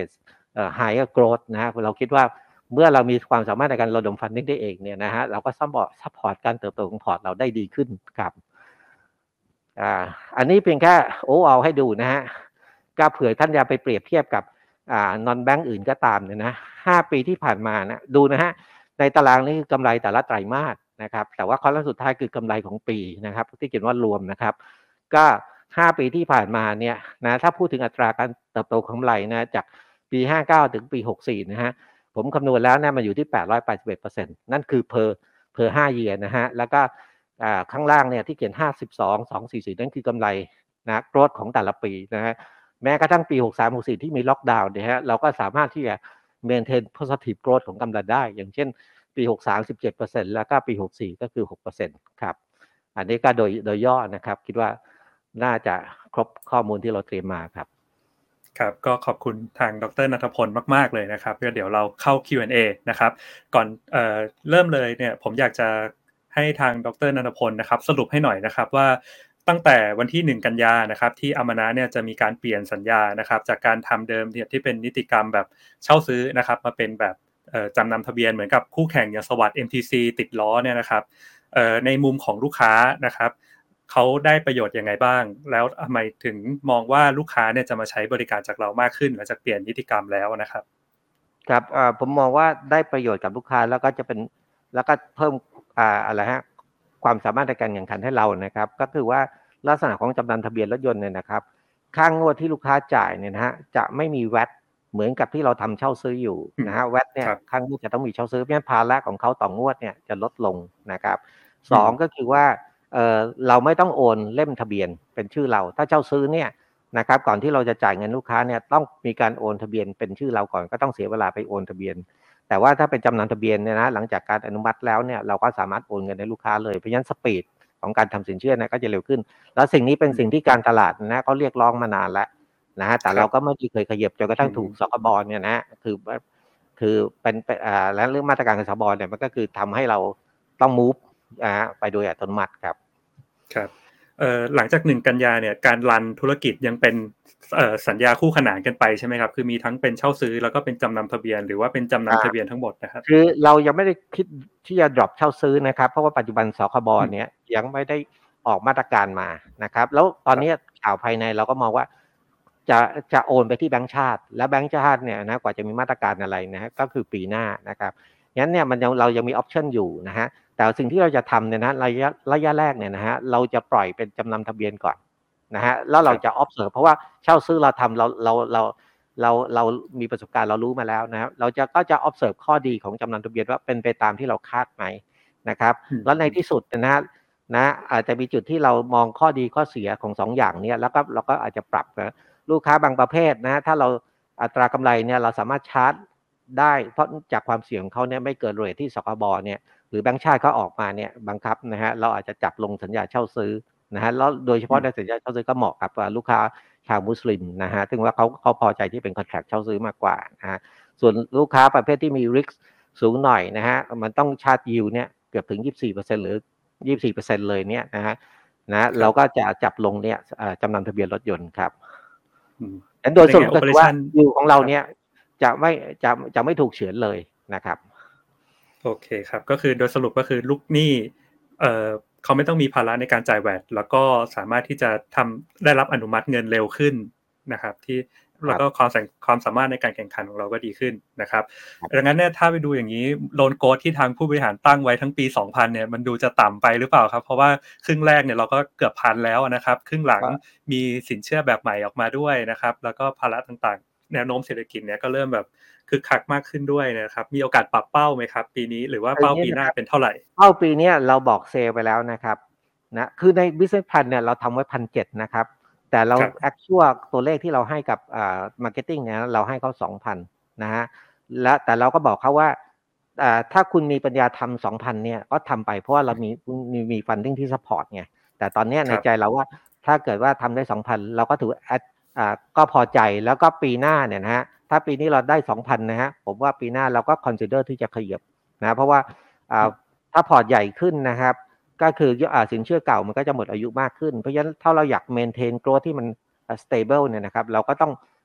เอ่อ higher growth นะฮะเราคิดว่าเมื่อเรามีความสามารถในการระดม funding ได้เองเนี่ยนะฮะเราก็ซัพพอร์ตซัพพอร์ตการเติบโตของพอร์ตเราได้ดีขึ้นครับอ่าอันนี้เพียงแค่ overall ให้ดูนะฮะก็เผื่อท่านจะไปเปรียบเทียบกับอ่า non bank อื่นก็ตามเนี่ยนะห้าปีที่ผ่านมานะดูนะฮะในตารางนี้คือกำไรแต่ละไตรมาสนะครับแต่ว่าคอลัมน์สุดท้ายคือกำไรของปีนะครับที่เขียนว่ารวมนะครับก็ห้าปีที่ผ่านมาเนี่ยนะถ้าพูดถึงอัตราการเติบโตของกำไรนะจากปีห้าเก้าถึงปีหกสิบสี่นะฮะผมคำนวณแล้วเนี่ยมันอยู่ที่แปดร้อยแปดสิบเอ็ดเปอร์เซ็นต์นั่นคือ per per ห้า year นะฮะแล้วก็อ่าข้างล่างเนี่ยที่เขียนห้าสิบสอง สองสี่สี่นั่นคือกำไรนะ growth ของแต่ละปีนะฮะแม้กระทั่งปีหกสาม หกสี่ที่มีล็อกดาวน์เนี่ยฮะเราก็สามารถที่จะ maintain positive growth ของกำไรได้อย่างเช่นปีหกสาม สิบเจ็ดเปอร์เซ็นต์ แล้วก็ปีหกสี่ก็คือ หกเปอร์เซ็นต์ ครับอันนี้ก็โดยโดยย่อนะครับคิดว่าน่าจะครบข้อมูลที่เราเตรียมมาครับครับก็ขอบคุณทางดรณัฐพลมากๆเลยนะครับเดี๋ยวเราเข้า คิว แอนด์ เอ นะครับก่อนเอ่อเริ่มเลยเนี่ยผมอยากจะให้ทางดรณัฐพลนะครับสรุปให้หน่อยนะครับว่าตั้งแต่วันที่หนึ่งกันยายนนะครับที่อมนะเนี่ยจะมีการเปลี่ยนสัญญานะครับจากการทำเดิมเนี่ยที่เป็นนิติกรรมแบบเช่าซื้อนะครับมาเป็นแบบเอ่อจำนำทะเบียนเหมือนกับคู่แข่งอย่างสวัสด์ เอ็ม ที ซี ติดล้อเนี่ยนะครับเอ่อในมุมของลูกค้านะครับเขาได้ประโยชน์ยังไงบ้างแล้วทำไมถึงมองว่าลูกค้าเนี่ยจะมาใช้บริการจากเรามากขึ้นหลังจากเปลี่ยนนิติกรรมแล้วนะครับครับอ่าผมมองว่าได้ประโยชน์กับลูกค้าแล้วก็จะเป็นแล้วก็เพิ่มอ่าอะไรฮะความสามารถในการแข่งขันให้เรานะครับก็คือว่าลักษณะของจำนำทะเบียนรถยนต์เนี่ยนะครับค่างวดที่ลูกค้าจ่ายเนี่ยนะฮะจะไม่มี แวต เหมือนกับที่เราทำเช่าซื้ออยู่นะฮะ แวต เนี่ครับยค่างวดจะต้องมีเช่าซื้อเพราะฉะนั้นภาระของเขาต่องวดเนี่ยจะลดลงนะครับสองก็คือว่าเอ่อเราไม่ต้องโอนเล่มทะเบียนเป็นชื่อเราถ้าเช่าซื้อเนี่ยนะครับก่อนที่เราจะจ่ายเงินลูกค้าเนี่ยต้องมีการโอนทะเบียนเป็นชื่อเราก่อนก็ต้องเสียเวลาไปโอนทะเบียนแต่ว่าถ้าเป็นจำนำทะเบียนเนี่ยนะหลังจากการอนุมัติแล้วเนี่ยเราก็สามารถโอนเงินให้ลูกค้าเลยเพราะฉะนั้นสปีดของการทำสินเชื่อเนี่ยก็จะเร็วขึ้นแล้วสิ่งนี้เป็นสิ่งที่การตลาดนะเขาเรียกร้องมานานแล้วนะฮะแต่เราก็ไม่เคยขยับจนกระทั่งถูกสคบเนี่ยนะคือคือเป็นอ่าและเรื่องมาตรการของสคบเนี่ยมันก็คือทำให้เราต้อง move อ่าไปโดยอัตโนมัติครับครับเอ่อหลังจากหนึ่งกันยาเนี่ยการรันธุรกิจยังเป็นเอ่อสัญญาคู่ขนานกันไปใช่ไหมครับคือมีทั้งเป็นเช่าซื้อแล้วก็เป็นจำนำทะเบียนหรือว่าเป็นจำนำทะเบียนทั้งหมดนะครับคือเรายังไม่ได้คิดที่จะ drop เช่าซื้อนะครับเพราะว่าปัจจุบันสคบเนี่ยยังไม่ได้ออกมาตรการมานะครับแล้วตอนนี้ข่าวภายในเราก็มองว่าจะจะโอนไปที่แบงก์ชาติและแบงก์ชาติเนี่ยนะกว่าจะมีมาตรการอะไรนะฮะก็คือปีหน้านะครับงั้นเนี่ยมันยังเรายังมีออปชันอยู่นะฮะแต่สิ่งที่เราจะทำเนี่ยนะระยะระยะแรกเนี่ยนะฮะเราจะปล่อยเป็นจำนำทะเบียนก่อนนะฮะแล้วเราจะ observe เพราะว่าเช่าซื้อเราทำเราเราเราเราเรามีประสบการณ์เรารู้มาแล้วนะครับเราจะก็จะ observe ข้อดีของจำนำทะเบียนว่าเป็นไปตามที่เราคาดไหมนะครับแล้วในที่สุดนะฮะนะอาจจะมีจุดที่เรามองข้อดีข้อเสียของสองอย่างนี้แล้วก็เราก็อาจจะปรับนะลูกค้าบางประเภทนะถ้าเราอัตรากำไรเนี่ยเราสามารถชาร์จได้เพราะจากความเสี่ยงของเขาเนี่ยไม่เกินเรทที่สคบเนี่ยหรือแบงก์ชาติเขาออกมาเนี่ยบังคับนะฮะเราอาจจะจับลงสัญญาเช่าซื้อนะฮะแล้วโดยเฉพาะในสัญญาเช่าซื้อก็เหมาะกับลูกค้าชาวมุสลิมนะฮะซึ่งว่าเขาเขาพอใจที่เป็นคอนแทรคเช่าซื้อมากกว่านะฮะส่วนลูกค้าประเภทที่มี risk สูงหน่อยนะฮะมันต้องชาร์จยิวเนี่ยเกือบถึง ยี่สิบสี่เปอร์เซ็นต์ หรือ ยี่สิบสี่เปอร์เซ็นต์ เลยเนี่ยนะฮะนะเราก็จะจับลงเนี่ยจำนำทะเบียนรถยนต์ครับแต่โดยสรุปก็คือว่ายิวของเราเนี่ยจะไม่จะจะไม่ถูกเฉือนเลยนะครับโอเคครับก็คือโดยสรุปก็คือลูกหนี้เอ่อเขาไม่ต้องมีภาระในการจ่าย แวต แล้วก็สามารถที่จะทำได้รับอนุมัติเงินเร็วขึ้นนะครับที่แล้วก็ความความสามารถในการแข่งขันของเราก็ดีขึ้นนะครับดังนั้นเนี่ยถ้าไปดูอย่างนี้โลนโกรทที่ทางผู้บริหารตั้งไว้ทั้งปีสองพันเนี่ยมันดูจะต่ำไปหรือเปล่าครับเพราะว่าครึ่งแรกเนี่ยเราก็เกือบพันแล้วนะครับครึ่งหลังมีสินเชื่อแบบใหม่ออกมาด้วยนะครับแล้วก็ภาระต่างๆแนวโน้มเศรษฐกิจเนี่ยก็เริ่มแบบคึกคักมากขึ้นด้วยนะครับมีโอกาสปรับเป้าไหมครับปีนี้หรือว่าเป้าปีหน้าเป็นเท่าไหร่เป้าปีนี้เราบอกเซลไปแล้วนะครับนะคือใน business plan เนี่ยเราทำไว้ หนึ่งพันเจ็ดร้อย นะครับแต่เรา actual ตัวเลขที่เราให้กับอ่า marketing เนี่ยเราให้เขา สองพัน นะฮะและแต่เราก็บอกเขาว่าอ่าถ้าคุณมีปัญญาทำ สองพัน เนี่ยก็ทำไปเพราะว่าเรามีมีมี funding ที่ support ไงแต่ตอนนี้ในใจเราว่าถ้าเกิดว่าทำได้ สองพัน เราก็ถืออ่าก็พอใจแล้วก็ปีหน้าเนี่ยนะฮะถ้าปีนี้เราได้ สองพัน นะฮะผมว่าปีหน้าเราก็ consider ที่จะขยับนะเพราะว่าอ่าถ้าพอร์ตใหญ่ขึ้นนะครับก็คืออ่าสินเชื่อเก่ามันก็จะหมดอายุมากขึ้นเพราะฉะนั้นถ้าเราอยาก maintain growth ที่มัน stable เนี่ยนะครับเราก็ต้อง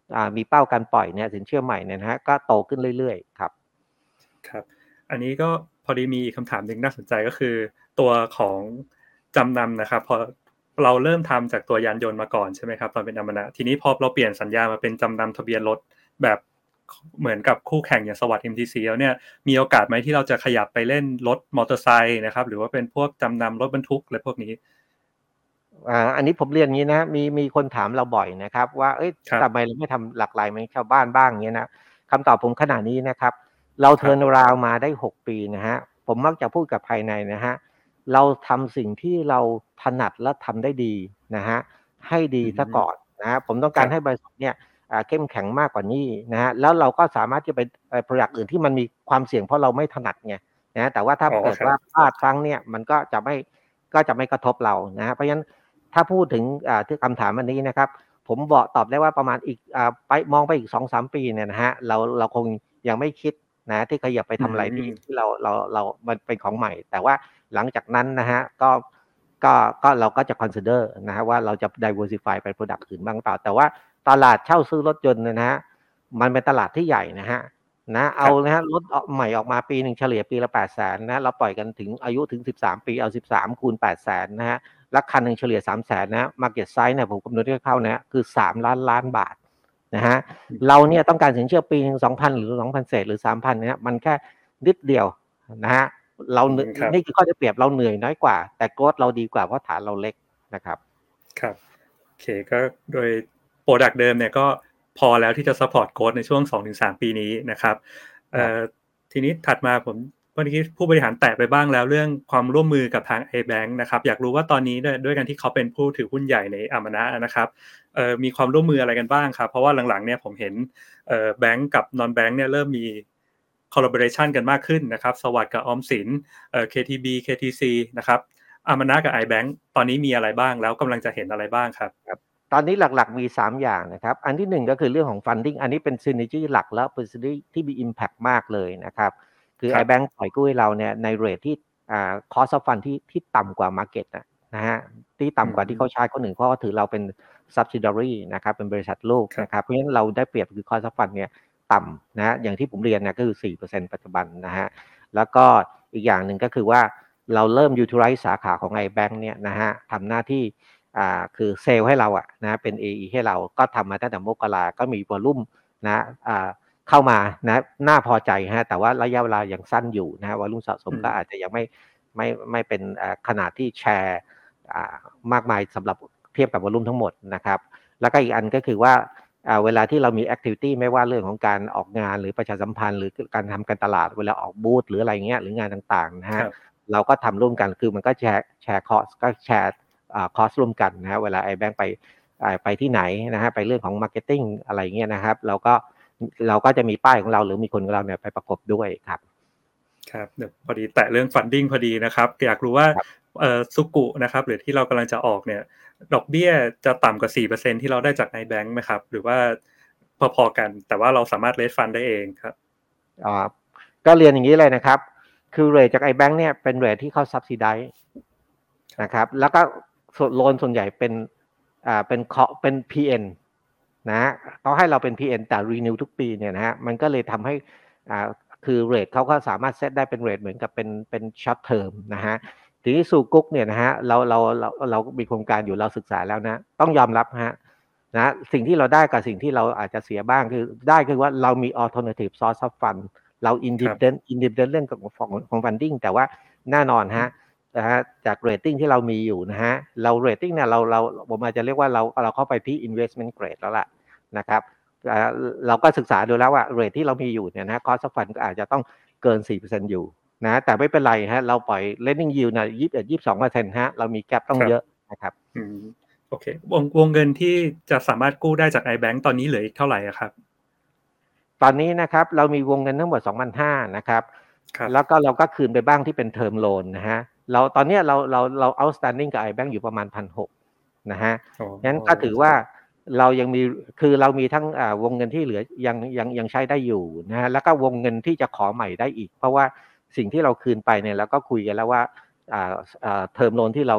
อ่ามีเป้าการปล่อยเนี่ยสินเชื่อใหม่เนี่ยนะฮะก็โตขึ้นเรื่อยๆครับครับอันนี้ก็พอดีมีคำถามหนึ่งน่าสนใจก็คือตัวของจำนำนะครับพอเราเริ่มทำจากตัวยานยนต์มาก่อนใช่ไหมครับตอนเป็นอมนะทีนี้พอเราเปลี่ยนสัญญามาเป็นจำนำทะเบียนรถแบบเหมือนกับคู่แข่งอย่างสวัสดิ์ เอ็ม ที ซี แล้วเนี่ยมีโอกาสไหมที่เราจะขยับไปเล่นรถมอเตอร์ไซค์นะครับหรือว่าเป็นพวกจำนำรถบรรทุกอะไรพวกนี้อ่าอันนี้ผมเรียนงี้นะมีมีคนถามเราบ่อยนะครับว่าเฮ้ยครับทำไมเราไม่ทำหลากหลายเหมือนชาวบ้านบ้างเงี้ยนะคำตอบผมขนาดนี้นะครับเราครับเทิร์นอราวด์มาได้หกปีนะครับผมมักจะพูดกับภายในนะครับเราทำสิ่งที่เราถนัดและทำได้ดีนะครับให้ดีอืเสียมก่อนนะครับผมต้องครับการให้บริษัทเนี่ยอ่าเข้มแข็งมากกว่านี้นะครับแล้วเราก็สามารถที่จะไปเอ่อพรอดักต์อื่นที่มันมีความเสี่ยงเพราะเราไม่ถนัดไงนะแต่ว่าถ้าอ๋อเกิดครับว่าพลาดพลั้งเนี่ยมันก็จะไม่ก็จะไม่กระทบเรานะครับเพราะฉะนั้น ถ้าพูดถึงอ่าที่คำถามอันนี้นะครับผมบอกตอบได้ว่าประมาณอีกอ่าไปมองไปอีกสองถึงสามปีเนี่ยนะฮะเราเราคงยังไม่คิดนะที่ขยับไปอืทำอะไรที่มที่เราเราเรามันเป็นของใหม่แต่ว่าหลังจากนั้นนะฮะก็ก็ก็เราก็จะ consider นะฮะว่าเราจะ diversify ไป product อื่นบ้างเปล่าแต่ว่าตลาดเช่าซื้อรถยนต์เนี่ยนะฮะมันเป็นตลาดที่ใหญ่นะฮะนะคเอารับนะฮะรถออกใหม่ออกมาปีหนึ่งเฉลี่ยปีละแปดแสนนะเราปล่อยกันถึงอายุถึงสิบสามปีเอาสิบสามคูณแปดแสนนะฮะ และคันหนึ่งเฉลี่ยสามแสนนะ market size เนี่ยผมคำนวณคร่าวๆนะคือสามล้านล้านบาทนะฮะอืเรามเนี่ยต้องการสินเชื่อปีหนึ่งสองพันหรือสองพันเศษหรือสามพันเนี่ยมันแค่นิดเดียวนะฮะเราอืมครับนี่คือข้อได้เปรียบเราเหนื่อยน้อยกว่าแต่โกรธเราดีกว่าเพราะฐานเราเล็กนะครับครับโอเคก็โดยโปรดักต์เดิมเนี่ยก็พอแล้วที่จะซัปพอร์ตโค้ดในช่วงสองถึงสามปีนี้นะครับคเอ่รับอทีนี้ถัดมาผมเมื่อกี้ผู้บริหารแตะไปบ้างแล้วเรื่องความร่วมมือกับทาง ไอ แบงก์ นะครับอยากรู้ว่าตอนนี้ด้วยด้วยการที่เขาเป็นผู้ถือหุ้นใหญ่ในอามนะนะครับเอ่อมีความร่วมมืออะไรกันบ้างครับเพราะว่าหลังๆเนี่ยผมเห็นเอ่อแบงก์กับ นอน แบงก์ เนี่ยเริ่มมี collaboration กันมากขึ้นนะครับสวัสดิ์กับออมสินเอ่อ เค ที บี เค ที ซี นะครับอามนะกับ ไอ แบงก์ ตอนนี้มีอะไรบ้างแล้วกำลังจะเห็นอะไรบ้างครับครับตอนนี้หลักๆมีสามอย่างนะครับอันที่หนึ่งก็คือเรื่องของ funding อันนี้เป็น synergy หลักแล้วเป็น synergy ที่มี impact มากเลยนะครับคือครับไอ แบงก์ ปล่อยกู้ให้เราเนี่ยในเรทที่อ่า cost of fund ที่ที่ต่ำกว่า market นะนะฮะที่อืต่ำกว่าที่เขามชาร์จคนอื่นเพราะว่าถือเราเป็น subsidiary นะครับเป็นบริษัทลูกครับนะครับเพราะฉะนั้นเราได้เปรียบคือ cost of fund เนี่ยต่ำนะฮะอย่างที่ผมเรียนเนี่ยก็คือสี่เปอร์เซ็นต์ปัจจุบันนะฮะแล้วก็อีกอย่างหนึ่งก็คือว่าเราเริ่ม utilize สาขาของ ไอ แบงก์ เนี่ยนะฮะทำหน้าที่ อ่าคือเซลล์ให้เราอะนะเป็น เอ อี ให้เราก็ทำมาตั้งแต่มกราก็มีวอลลุ่มนะอ่าเข้ามานะน่าพอใจฮะแต่ว่าระยะเวลายังสั้นอยู่นะวอลลุ่มสะสมอืมก็อาจจะยังไม่ไม่ไม่เป็นอ่าขนาดที่แชร์อ่ามากมายสำหรับเทียบกับวอลลุ่มทั้งหมดนะครับแล้วก็อีกอันก็คือว่าอ่าเวลาที่เรามีแอคทิวิตี้ไม่ว่าเรื่องของการออกงานหรือประชาสัมพันธ์หรือการทำการตลาดเวลาออกบูธหรืออะไรเงี้ยหรืองานต่างๆนะฮะครับเราก็ทำร่วมกันคือมันก็แชร์แชร์คอสก็แชร์ อ่าคอร์สร่วมกันนะฮะเวลา ไอ แบงก์ ไปอ่าไปที่ไหนนะฮะไปเรื่องของ marketing อะไรเงี้ยนะครับเราก็เราก็จะมีป้ายของเราหรือมีคนของเราเนี่ยไปประกบด้วยครับครับเดี๋ยวพอดีแตะเรื่อง funding พอดีนะครับอยากรู้ว่าครับเอ่อ Suku นะครับหรือที่เรากำลังจะออกเนี่ยดอกเบี้ยจะต่ำกว่าสี่เปอร์เซ็นต์ที่เราได้จาก ไอ แบงก์ ไหมครับหรือว่าพอๆกันแต่ว่าเราสามารถ raise fund ได้เองครับอ่าก็เรียนอย่างนี้เลยนะครับคือเรทจาก ไอ แบงก์ เนี่ยเป็นเรทที่เขา subsidize นะครับแล้วก็ส่วนโลนส่วนใหญ่เป็นอ่าเป็นเคาะเป็น พี เอ็น นะฮะเขาให้เราเป็น พี เอ็น แต่ renew ทุกปีเนี่ยนะฮะมันก็เลยทำให้อ่าคือเรทเขาก็สามารถเซตได้เป็นเรทเหมือนกับเป็นเป็น short term นะฮะทีนี้สู่กุ๊กเนี่ยนะฮะเราเราเราเรามีโครงการอยู่เราศึกษาแล้วนะต้องยอมรับฮะนะสิ่งที่เราได้กับสิ่งที่เราอาจจะเสียบ้างคือได้คือว่าเรามี alternative source of fund เราครับ independent independent เรื่องของของ funding แต่ว่าแน่นอนฮะ นะฮะจากเรตติ้งที่เรามีอยู่นะฮะเราเรตติ้งเนี่ยเราเราผมอาจจะเรียกว่าเราเราเข้าไปที่ investment grade แล้วล่ะนะครับอ่าเราก็ศึกษาดูแล้วว่าเรทที่เรามีอยู่เนี่ยนะ cost of fund ก็อาจจะต้องเกินสี่เปอร์เซ็นต์อยู่นะแต่ไม่เป็นไรฮะเราปล่อย lending yield นะยี่สิบเอ็ด ยี่สิบสองเปอร์เซ็นต์ฮะเรามี gap ต้องครับเยอะนะครับอืมโอเควงวงเงินที่จะสามารถกู้ได้จาก ไอ แบงก์ ตอนนี้เหลืออีกเท่าไรอะครับตอนนี้นะครับเรามีวงเงินทั้งหมดสองพันห้าร้อยนะครับครับแล้วก็เราก็คืนไปบ้างที่เป็นเทอมโลนนะฮะเราตอนนี้เราเราเรา outstanding กับ ไอ แบงก์ อยู่ประมาณหนึ่งพันหกร้อยนะฮะอ๋องั้นก็ถือว่าเรายังมีคือเรามีทั้งอ่าวงเงินที่เหลือยังยังยังใช้ได้อยู่นะฮะแล้วก็วงเงินที่จะขอใหม่ได้อีกเพราะว่าสิ่งที่เราคืนไปเนี่ยเราก็คุยกันแล้วว่าอ่าอ่าเทอมโลนที่เรา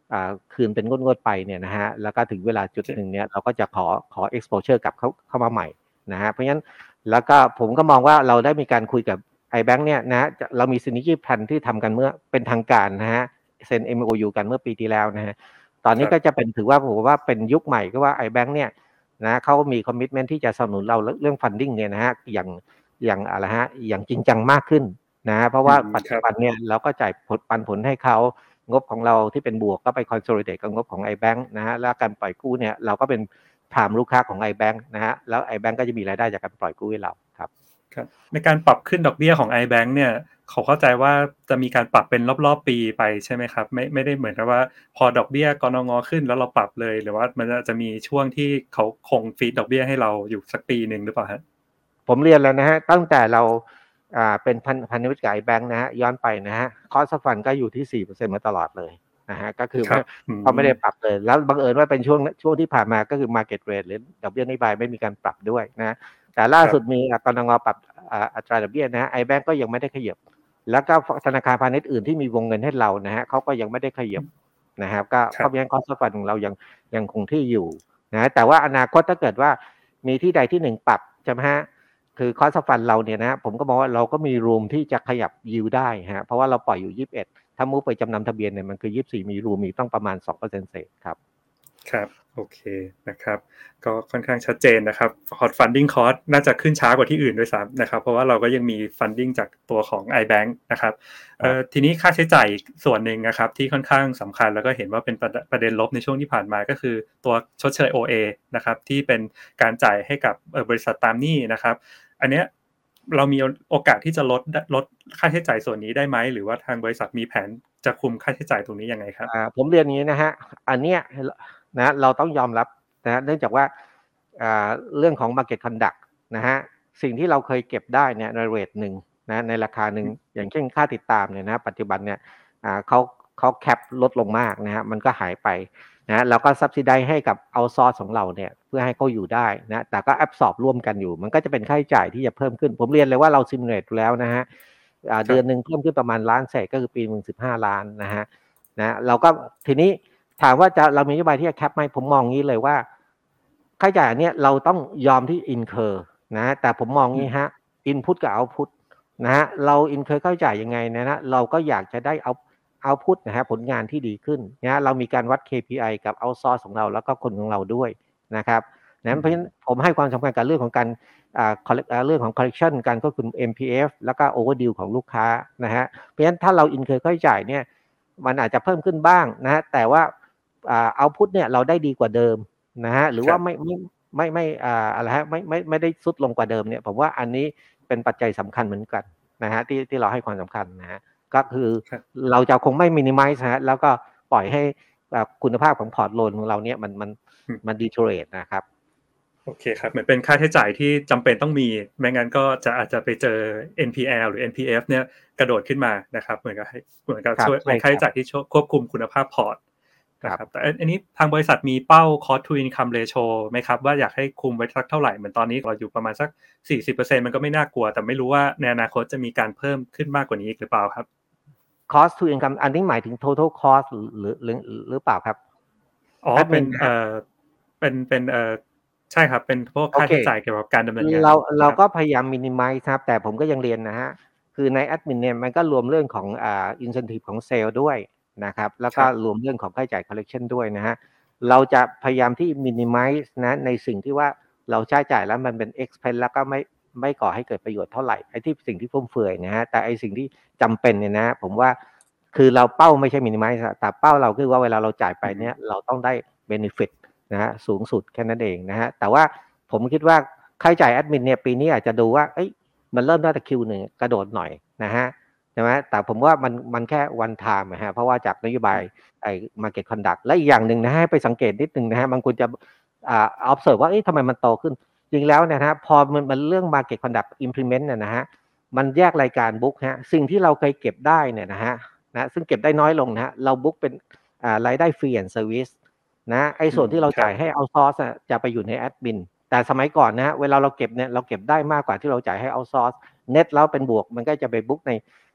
อ่าคืนเป็นงวดๆไปเนี่ยนะฮะแล้วก็ถึงเวลาจุดหนึ่งเนี่ยเราก็จะขอขอ exposure กลับเข้าเข้ามาใหม่นะฮะเพราะฉะนั้นแล้วก็ผมก็มองว่าเราได้มีการคุยกับ iBank เนี่ยนะฮะเรามี synergy plan ที่ทำกันเมื่อเป็นทางการนะฮะเซ็น เอ็ม โอ ยู กันเมื่อปีที่แล้วนะฮะตอนนี้ก็จะเป็นถือว่าผมว่าเป็นยุคใหม่ก็ว่า iBank เนี่ยนะเขามี commitment ที่จะสนับสนุนเราเรื่อง funding เนี่ยนะฮะอย่างอย่างอะไรฮะอย่างจริงจังมากขึ้นนะฮะเพราะว่าปัจจุบันเนี่ยเราก็จ่ายผลปันผลให้เขางบของเราที่เป็นบวกก็ไป consolidate กับงบของ iBank นะฮะแล้วการปล่อยกู้เนี่ยเราก็เป็นพรามลูกค้าของ iBank นะฮะแล้ว iBank ก็จะมีรายได้จากการปล่อยกู้ให้เราครับครับในการปรับขึ้นดอกเบี้ยของ iBank เนี่ยเขาเข้าใจว่าจะมีการปรับเป็นรอบๆปีไปใช่ไหมครับไม่ไม่ได้เหมือนกับว่าพอดอกเบี้ยกนงขึ้นแล้วเราปรับเลยหรือว่ามันจะมีช่วงที่เขาคงฟีดดอกเบี้ยให้เราอยู่สักปีหนึ่งหรือเปล่าฮะผมเรียนแล้วนะฮะตั้งแต่เราอ่าเป็นพันพันธมิตรกับ iBank นะฮะย้อนไปนะฮะคอสต์ฟันก็อยู่ที่ สี่เปอร์เซ็นต์ มาตลอดเลยนะฮะก็คือครับเขาไม่ได้ปรับเลยแล้วบังเอิญว่าเป็นช่วงช่วงที่ผ่านมาก็คือ market rate หรือดอกเบี้ยนโยบายไม่มีการปรับด้วยนะแต่ล่าสุดมีกนงปรับอัตราดอกเบี้ยนะฮะ iBank ก็ยังไม่ได้ขยับแล้วก็ธนาคารพาณิชย์อื่นที่มีวงเงินให้เรานะฮะเขาก็ยังไม่ได้ขยับนะครับก็เพราะฉะนั้นคอสต์ฟันของเรายังยังคงที่อยู่นะแต่ว่าอนาคตถ้าเกิดว่ามีที่ใดที่หนึ่งปรับใช่ไหมฮะคือคอสต์ฟันเราเนี่ยนะผมก็มองว่าเราก็มีรูมที่จะขยับยิวได้ฮะเพราะว่าเราปล่อยอยู่ยี่สิบเอ็ดถ้ามูฟไปจำนำทะเบียนเนี่ยมันคือยี่สิบสี่มีรูมมีต้องประมาณ สองเปอร์เซ็นต์ เศษครับครับโอเคนะครับก็ค่อนข้างชัดเจนนะครับ Hot Funding Cost น่าจะขึ้นช้ากว่าที่อื่นด้วยซ้ำนะครับเพราะว่าเราก็ยังมี funding จากตัวของ iBank นะครับเอ่อทีนี้ค่าใช้จ่ายส่วนหนึ่งนะครับที่ค่อนข้างสำคัญแล้วก็เห็นว่าเป็นประเด็นลบในช่วงที่ผ่านมาก็คือตัวชดเชย โอ เอ นะครับที่เป็นการจ่ายให้กับบริษัทตามหนี้นะครับอันเนี้ยเรามีโอกาสที่จะลดลดค่าใช้จ่ายส่วนนี้ได้ไหมหรือว่าทางบริษัทมีแผนจะคุมค่าใช้จ่ายตรงนี้ยังไงครับอ่าผมเรียนอย่างนี้นะฮะอันเนี้ยนะเราต้องยอมรับนะเนื่องจากว่าอ่าเรื่องของ market conduct นะฮะสิ่งที่เราเคยเก็บได้เนี่ยในเรทหนึ่งนะในราคาหนึ่งอย่างเช่นค่าติดตามเนี่ยนะปัจจุบันเนี่ยอ่าเขาเขาแคปลดลงมากนะฮะมันก็หายไปนะเราก็ subsidize ให้กับ outsource ของเราเนี่ยเพื่อให้เขาอยู่ได้นะแต่ก็ absorb ร่วมกันอยู่มันก็จะเป็นค่าใช้จ่ายที่จะเพิ่มขึ้นผมเรียนเลยว่าเรา simulate แล้วนะฮะอ่าเดือนหนึ่งเพิ่มขึ้นประมาณล้านเศษก็คือปีหนึ่งสิบห้าล้านนะฮะนะเราก็ทีนี้ถามว่าจะเรามีนโยบายที่จะแคปไหมผมมองงี้เลยว่าค่าใช้จ่ายอันนี้เราต้องยอมที่ incur นะแต่ผมมองงี้ฮะ input กับ output นะฮะเรา incur ค่าใช้จ่ายยังไงนะฮะเราก็อยากจะได้เอาเอาพุตนะฮะผลงานที่ดีขึ้นนะเรามีการวัด เค พี ไอ กับ outsource ของเราแล้วก็คนของเราด้วยนะครับนั้นเพราะฉะนั้นผมให้ความสำคัญกับเรื่องของการอ่าเรื่องของ correction การควบคุม เอ็ม พี เอฟ แล้วก็ overdue ของลูกค้านะฮะเพราะฉะนั้นถ้าเรา incur ค่าใช้จ่ายเนี่ยมันอาจจะเพิ่มขึ้นบ้างนะฮะแต่ว่าอ่า output เนี่ยเราได้ดีกว่าเดิมนะฮะหรือว่าไม่ไม่ไม่ไม่อ่าอะไรฮะไม่ไม่ไม่ได้ซุดลงกว่าเดิมเนี่ยผมว่าอันนี้เป็นปัจจัยสำคัญเหมือนกันนะฮะที่ที่เราให้ความสำคัญนะฮะก็คือเราจะคงไม่ minimize ฮะแล้วก็ปล่อยให้คุณภาพของพอร์ตโลนของเราเนี่ยมันมันมัน deteriorate นะครับโอเคครับเหมือนเป็นค่าใช้จ่ายที่จำเป็นต้องมีไม่งั้นก็จะอาจจะไปเจอ เอ็น พี แอล หรือ เอ็น พี เอฟ เนี่ยกระโดดขึ้นมานะครับเหมือนกับให้เหมือนกับช่วยเป็นค่าใช้จ่ายที่ควบคุมคุณภาพพอร์ตนะครับแต่อันนี้ทางบริษัทมีเป้า cost to income ratio ไหมครับว่าอยากให้คุมไว้สักเท่าไหร่เหมือนตอนนี้เราอยู่ประมาณสัก สี่สิบเปอร์เซ็นต์ มันก็ไม่น่ากลัวแต่ไม่รู้ว่าในอนาคตจะมีการเพิ่มขึ้นมากกว่านี้อีกหรือเปล่าครับ cost to income อันนี้หมายถึง total cost หรือหรือหรือเปล่าครับอ๋อเป็นเอ่อเป็นเป็นเอ่อใช่ครับเป็นพวกค่าใช้จ่ายเกี่ยวกับการดำเนินงานเราเราก็พยายาม minimize ครับแต่ผมก็ยังเรียนนะฮะคือใน admin เนี่ยมันก็รวมเรื่องของอ่า incentive ของเซลล์ด้วยนะครับแล้วก็รวมเรื่องของค่าใช้จ่าย collection ด้วยนะฮะเราจะพยายามที่ minimize นะในสิ่งที่ว่าเราใช้จ่ายแล้วมันเป็น expense แล้วก็ไม่ไม่ก่อให้เกิดประโยชน์เท่าไหร่ไอ้ที่สิ่งที่ฟุ่มเฟือยนะฮะแต่ไอ้สิ่งที่จำเป็นเนี่ยนะผมว่าคือเราเป้าไม่ใช่ minimize แต่เป้าเราคือว่าเวลาเราจ่ายไปเนี่ยเราต้องได้ benefit นะฮะสูงสุดแค่นั้นเองนะฮะแต่ว่าผมคิดว่าค่าใช้จ่ายแอดมินเนี่ยปีนี้อาจจะดูว่าเอ้ยมันเริ่มได้แต่คิวหนึ่งกระโดดหน่อยนะฮะใช่ไหมแต่ผมว่ามันมันแค่วันไทม์นะฮะเพราะว่าจากนโยบายไอ้ market conduct และอีกอย่างหนึ่งนะฮะไปสังเกตนิดนึงนะฮะบางคนจะอ่า observe ว่าเอ้ยทำไมมันโตขึ้นจริงแล้วเนี่ยนะฮะพอมันมันเรื่อง market conduct implement เนี่ยนะฮะมันแยกรายการบุ๊กฮะสิ่งที่เราเคยเก็บได้เนี่ยนะฮะนะซึ่งเก็บได้น้อยลงนะฮะเราบุ๊กเป็นอ่ารายได้ฟรีแอนด์เซอร์วิสนะไอ้ส่วนที่เราจ่ายให้เอาซอร์สจะไปอยู่ในแอดมินแต่สมัยก่อนนะฮะเวลาเราเก็บเนี่ยเราเก็บได้มากกว่าที่เราจ่ายให้เอาซอร์สเน็ตแล้วเป็นบวกมันก็จะไปบุ๊กใน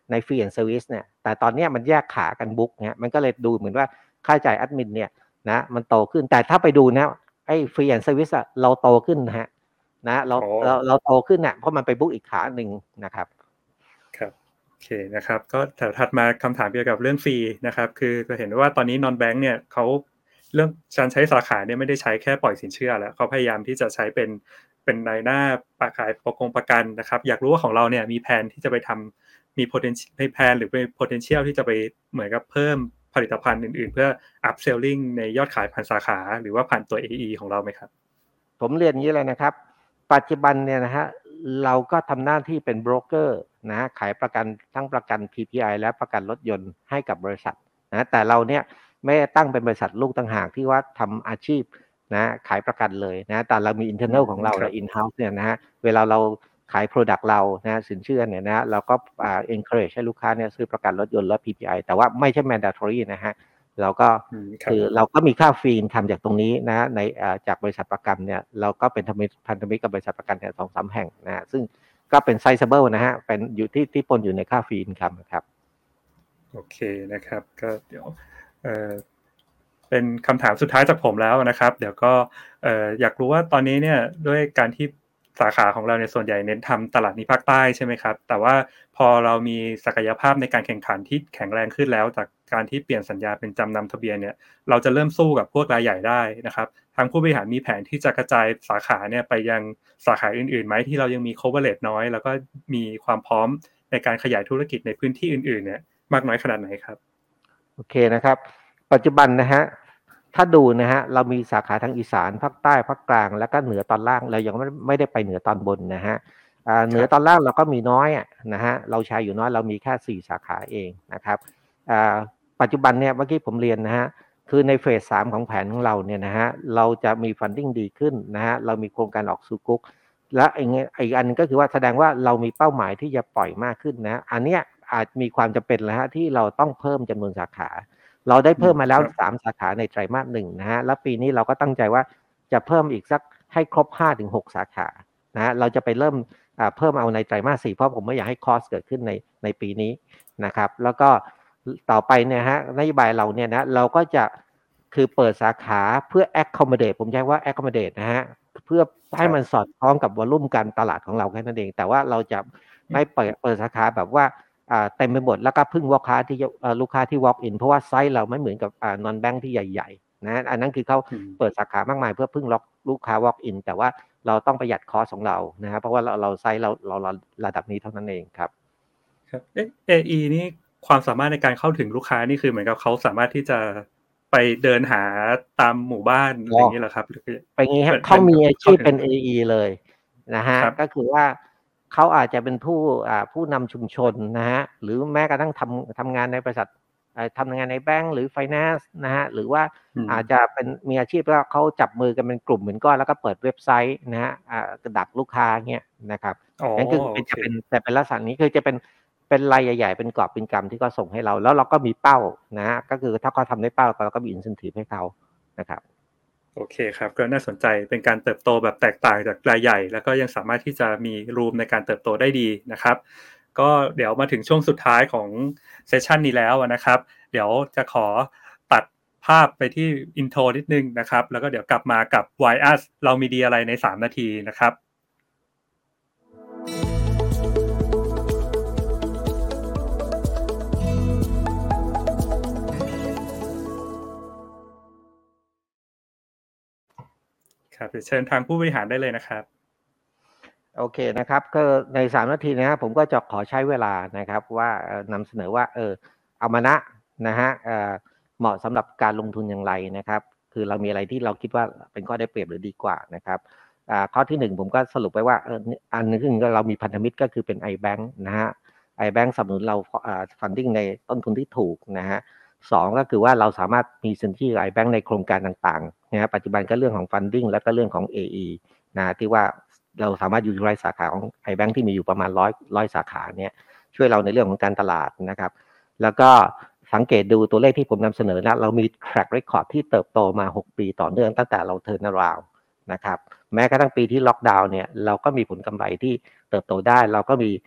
ใน Fee and Service เนี่ยแต่ตอนเนี้ยมันแยกขากันบุ๊กเนี่ยมันก็เลยดูเหมือนว่าค่าใช้จ่ายแอดมินเนี่ยนะมันโตขึ้นแต่ถ้าไปดูนะไอ้ Fee and Service อะเราโตขึ้นนะฮะนะเราอ๋อเราเราโตขึ้นน่ะเพราะมันไปบุ๊กอีกขาหนึ่งนะครับครับโอเคนะครับก็แถวถัดมาคำถามเกี่ยวกับเรื่องฟรีนะครับคือจะเห็นว่าตอนนี้ non bank เนี่ยเขาเรื่องการใช้สาขาเนี่ยไม่ได้ใช้แค่ปล่อยสินเชื่อแล้วเขาพยายามที่จะใช้เป็นเป็นนายหน้าประขายประกงประกันนะครับอยากรู้ว่าของเราเนี่ยมีแผนที่จะไปทำมี potential ในแผนหรือเป็น potential ที่จะไปเหมือนกับเพิ่มผลิตภัณฑ์อื่นๆเพื่อ upselling ในยอดขายผ่านสาขาหรือว่าผ่านตัว เอ อี ของเราไหมครับผมเรียนอย่างนี้เลยนะครับปัจจุบันเนี่ยนะฮะเราก็ทำหน้าที่เป็นโบรกเกอร์นะฮะขายประกันทั้งประกัน พี พี ไอ และประกันรถยนต์ให้กับบริษัทนะแต่เราเนี่ยไม่ได้ตั้งเป็นบริษัทลูกต่างหากที่ว่าทำอาชีพนะขายประกันเลยนะแต่เรามี internal ของเราและ in house เนี่ยนะฮะเวลาเราขาย product เรานะสินเชื่อเนี่ยนะเราก็อ่า encourage ให้ลูกค้าเนี่ยซื้อประกันรถยนต์และ พี พี ไอ แต่ว่าไม่ใช่ mandatory นะฮะเราก็คือเราก็มีค่าฟรีทำจากตรงนี้นะในจากบริษัทประกันเนี่ยเราก็เป็นพันธมิตรกับบริษัทประกันเนี่ยสองสามแห่งนะซึ่งก็เป็น sizable นะฮะเป็นอยู่ที่ที่ปนอยู่ในค่าฟรีอินคัมครับโอเคนะครับก็เดี๋ยวเอ่อเป็นคำถามสุดท้ายจากผมแล้วนะครับเดี๋ยวก็เอ่ออยากรู้ว่าตอนนี้เนี่ยด้วยการที่สาขาของเราเนี่ยส่วนใหญ่เน้นทำตลาดนี้ภาคใต้ใช่ไหมครับแต่ว่าพอเรามีศักยภาพในการแข่งขันที่แข็งแรงขึ้นแล้วจากการที่เปลี่ยนสัญญาเป็นจำนำทะเบียนเนี่ยเราจะเริ่มสู้กับพวกรายใหญ่ได้นะครับทางผู้บริหารมีแผนที่จะกระจายสาขาเนี่ยไปยังสาขาอื่นๆไหมที่เรายังมี coverage น้อยแล้วก็มีความพร้อมในการขยายธุรกิจในพื้นที่อื่นๆเนี่ยมากน้อยขนาดไหนครับโอเคนะครับปัจจุบันนะฮะถ้าดูนะฮะเรามีสาขาทางอีสานภาคใต้ภาคกลางแล้วก็เหนือตอนล่างเรายังไม่ไม่ได้ไปเหนือตอนบนนะฮะเหนือตอนล่างเราก็มีน้อยอ่ะนะฮะเราใช้อยู่น้อยเรามีแค่สี่สาขาเองนะครับปัจจุบันเนี่ยเมื่อกี้ผมเรียนนะฮะคือในเฟสสามของแผนของเราเนี่ยนะฮะเราจะมีฟันดิ้งดีขึ้นนะฮะเรามีโครงการออกสู่กุ๊กและอีกอันนึงก็คือว่าแสดงว่าเรามีเป้าหมายที่จะปล่อยมากขึ้นนะอันเนี้ยอาจมีความจำเป็นแล้วฮะที่เราต้องเพิ่มจำนวนสาขาเราได้เพิ่มมาแล้วสามสาขาในไตรมาสหนึ่งนะฮะแล้วปีนี้เราก็ตั้งใจว่าจะเพิ่มอีกสักให้ครบ ห้าถึงหก สาขานะฮะเราจะไปเริ่มเพิ่มเอาในไตรมาสสี่เพราะผมไม่อยากให้คอสเกิดขึ้นในในปีนี้นะครับแล้วก็ต่อไปเนี่ยฮะนโยบายเราเนี่ยนะเราก็จะคือเปิดสาขาเพื่อ accommodate ผมใช้ว่า accommodate นะฮะเพื่อให้มันสอดคล้องกับวอลลุ่มการตลาดของเราแค่นั้นเองแต่ว่าเราจะไม่เปิดเปิดสาขาแบบว่าเต็มไปหมดแล้วก็พึ่งลูกค้าที่ลูกค้าที่ walk in เพราะว่าไซส์เราไม่เหมือนกับ non bank ที่ใหญ่ๆนะอันนั้นคือเขาเปิดสาขามากมายเพื่อพึ่งลูกค้า walk in แต่ว่าเราต้องประหยัดคอสของเรานะครับเพราะว่าเราเราไซส์เราเราระดับนี้เท่านั้นเองครับครับเอ๊ะ เอ อี นี่ความสามารถในการเข้าถึงลูกค้านี่คือเหมือนกับเขาสามารถที่จะไปเดินหาตามหมู่บ้านอะไรอย่างนี้เหรอครับหรือไปงี้ครับเขามีอาชีพเป็น เอ อี เลยนะฮะก็คือว่าเขาอาจจะเป็นผู้ผู้นำชุมชนนะฮะหรือแม้กระทั่งทำทำงานในบริษัททำงานในแบงก์หรือ finance นะฮะหรือว่าอาจจะเป็นมีอาชีพแล้วเขาจับมือกันเป็นกลุ่มเหมือนก้อนแล้วก็เปิดเว็บไซต์นะฮะดักลูกค้าเงี้ยนะครับนั่นคือเป็นจะเป็นแต่เป็นลักษณะนี้คือจะเป็นเป็นรายใหญ่ๆเป็นกอบเป็นกำที่เขาส่งให้เราแล้วเราก็มีเป้านะฮะก็คือถ้าเขาทำได้เป้าเราก็มี incentive ให้เขานะครับโอเคครับก็น่าสนใจเป็นการเติบโตแบบแตกต่างจากรายใหญ่แล้วก็ยังสามารถที่จะมีรูมในการเติบโตได้ดีนะครับก็เดี๋ยวมาถึงช่วงสุดท้ายของเซสชันนี้แล้วนะครับเดี๋ยวจะขอตัดภาพไปที่อินโทรนิดนึงนะครับแล้วก็เดี๋ยวกลับมากับ Why Us เรามีดีอะไรในสามนาทีนะครับครับเชิญทางผู้บริหารได้เลยนะครับโอเคนะครับก็ในสามนาทีนะครับผมก็จะขอใช้เวลานะครับว่านำเสนอว่าเอออมนะนะฮะเอ่อเหมาะสำหรับการลงทุนอย่างไรนะครับคือเรามีอะไรที่เราคิดว่าเป็นข้อได้เปรียบหรือดีกว่านะครับข้อที่หนึ่งผมก็สรุปไว้ว่าเอออันนึงเรามีพันธมิตรก็คือเป็น iBank นะฮะ iBank สนับสนุนเราฟันดิ้งในต้นทุนที่ถูกนะฮะสองก็คือว่าเราสามารถมีสินเชื่อ iBank ในโครงการต่างๆนะฮะปัจจุบันก็เรื่องของฟันดิ้งแล้วก็เรื่องของ เอ อี นะที่ว่าเราสามารถอยู่ในสาขาของ iBank ที่มีอยู่ประมาณร้อยร้อยสาขาเนี่ยช่วยเราในเรื่องของการตลาดนะครับแล้วก็สังเกตดูตัวเลขที่ผมนำเสนอนะเรามี track record ที่เติบโตมาหกปีต่อเนื่องตั้งแต่เรา turn around นะครับแม้กระทั่งปีที่ล็อกดาวน์เนี่ยเราก็มีผลกำไรที่เติบโตได้เราก็มี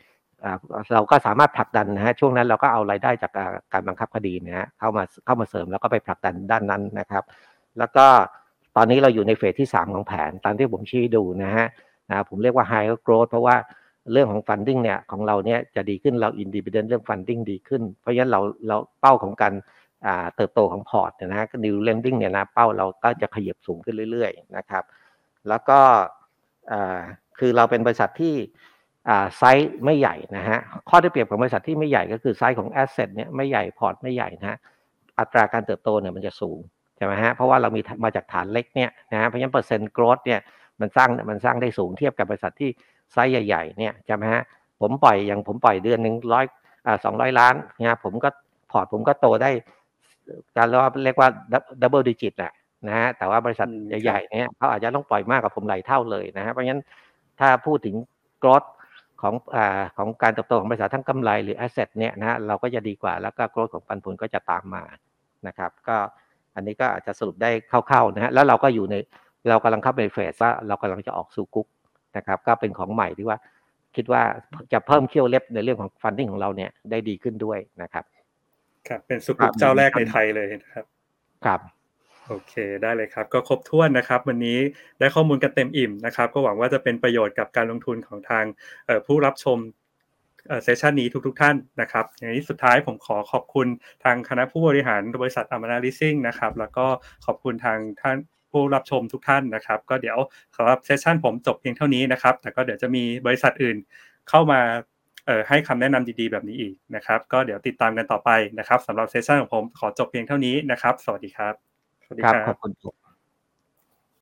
อ่าเราก็สามารถผลักดันนะฮะช่วงนั้นเราก็เอารายได้จากอ่าการบังคับคดีเนี่ยฮะเข้ามาเข้ามาเสริมแล้วก็ไปผลักดันด้านนั้นนะครับแล้วก็ตอนนี้เราอยู่ในเฟสที่สามของแผนตามที่ผมชี้ให้ดูนะฮะนะผมเรียกว่า higher growth เพราะว่าเรื่องของ funding เนี่ยของเราเนี่ยจะดีขึ้นเรา independent เรื่อง funding ดีขึ้นเพราะฉะนั้นเราเราเป้าของการอ่าเติบโตของพอร์ตเนี่ยนะฮะ new lending เนี่ยนะเป้าเราก็จะขยับสูงขึ้นเรื่อยๆนะครับแล้วก็อ่าคือเราเป็นบริษัทที่อ่าไซส์ไม่ใหญ่นะฮะข้อได้เปรียบของบริษัทที่ไม่ใหญ่ก็คือไซส์ของ asset เนี่ยไม่ใหญ่พอร์ตไม่ใหญ่นะฮะอัตราการเติบโตเนี่ยมันจะสูงใช่ไหมฮะเพราะว่าเรามีมาจากฐานเล็กเนี่ยนะฮะเพราะฉะนั้นเปอร์เซ็นต์ growth เนี่ยมันสร้างมันสร้างได้สูงเทียบกับบริษัทที่ไซส์ใหญ่ๆเนี่ยใช่ไหมฮะผมปล่อยอย่างผมปล่อยเดือนหนึ่งร้อยอ่าสองร้อยล้านนะผมก็พอร์ตผมก็โตได้การเรียกว่า double digit แหละนะฮะแต่ว่าบริษัทใหญ่ๆเนี่ยเขาอาจจะต้องปล่อยมากกว่าผมหลายเท่าเลยนะฮะเพราะฉะนั้นถ้าพูดถึง growth ของอ่าของการเติบโตของบริษัททั้งกำไรหรือ asset เนี่ยนะฮะเราก็จะดีกว่าแล้วก็ growth ของปันผลก็จะตามมานะครับก็อันนี้ก็อาจจะสรุปได้คร่าวๆนะฮะแล้วเราก็อยู่ในเรากำลังเข้าไปเฟสว่าเรากำลังจะออกสู่กุ๊กนะครับก็เป็นของใหม่ที่ว่าคิดว่าจะเพิ่มเขี้ยวเล็บในเรื่องของ funding ของเราเนี่ยได้ดีขึ้นด้วยนะครับครับเป็นสุกุกเจ้าแรกในไทยเลยนะครับครับโอเคได้เลยครับก็ครบถ้วนนะครับวันนี้ได้ข้อมูลกันเต็มอิ่มนะครับก็หวังว่าจะเป็นประโยชน์กับการลงทุนของทางเอ่อผู้รับชมเอ่อเซสชันนี้ทุกๆท่านนะครับอย่างนี้สุดท้ายผมขอขอบคุณทางคณะผู้บริหารบริษัท Amana Leasing นะครับแล้วก็ขอบคุณทางท่านผู้รับชมทุกท่านนะครับก็เดี๋ยวสำหรับเซสชันผมจบเพียงเท่านี้นะครับแต่ก็เดี๋ยวจะมีบริษัทอื่นเข้ามาเอ่อให้คำแนะนำดีๆแบบนี้อีกนะครับก็เดี๋ยวติดตามกันต่อไปนะครับสำหรับเซสชันของผมขอจบเพียงเท่านี้นะครับสวัสดีครับสวัสครับดีครับขอบคุณ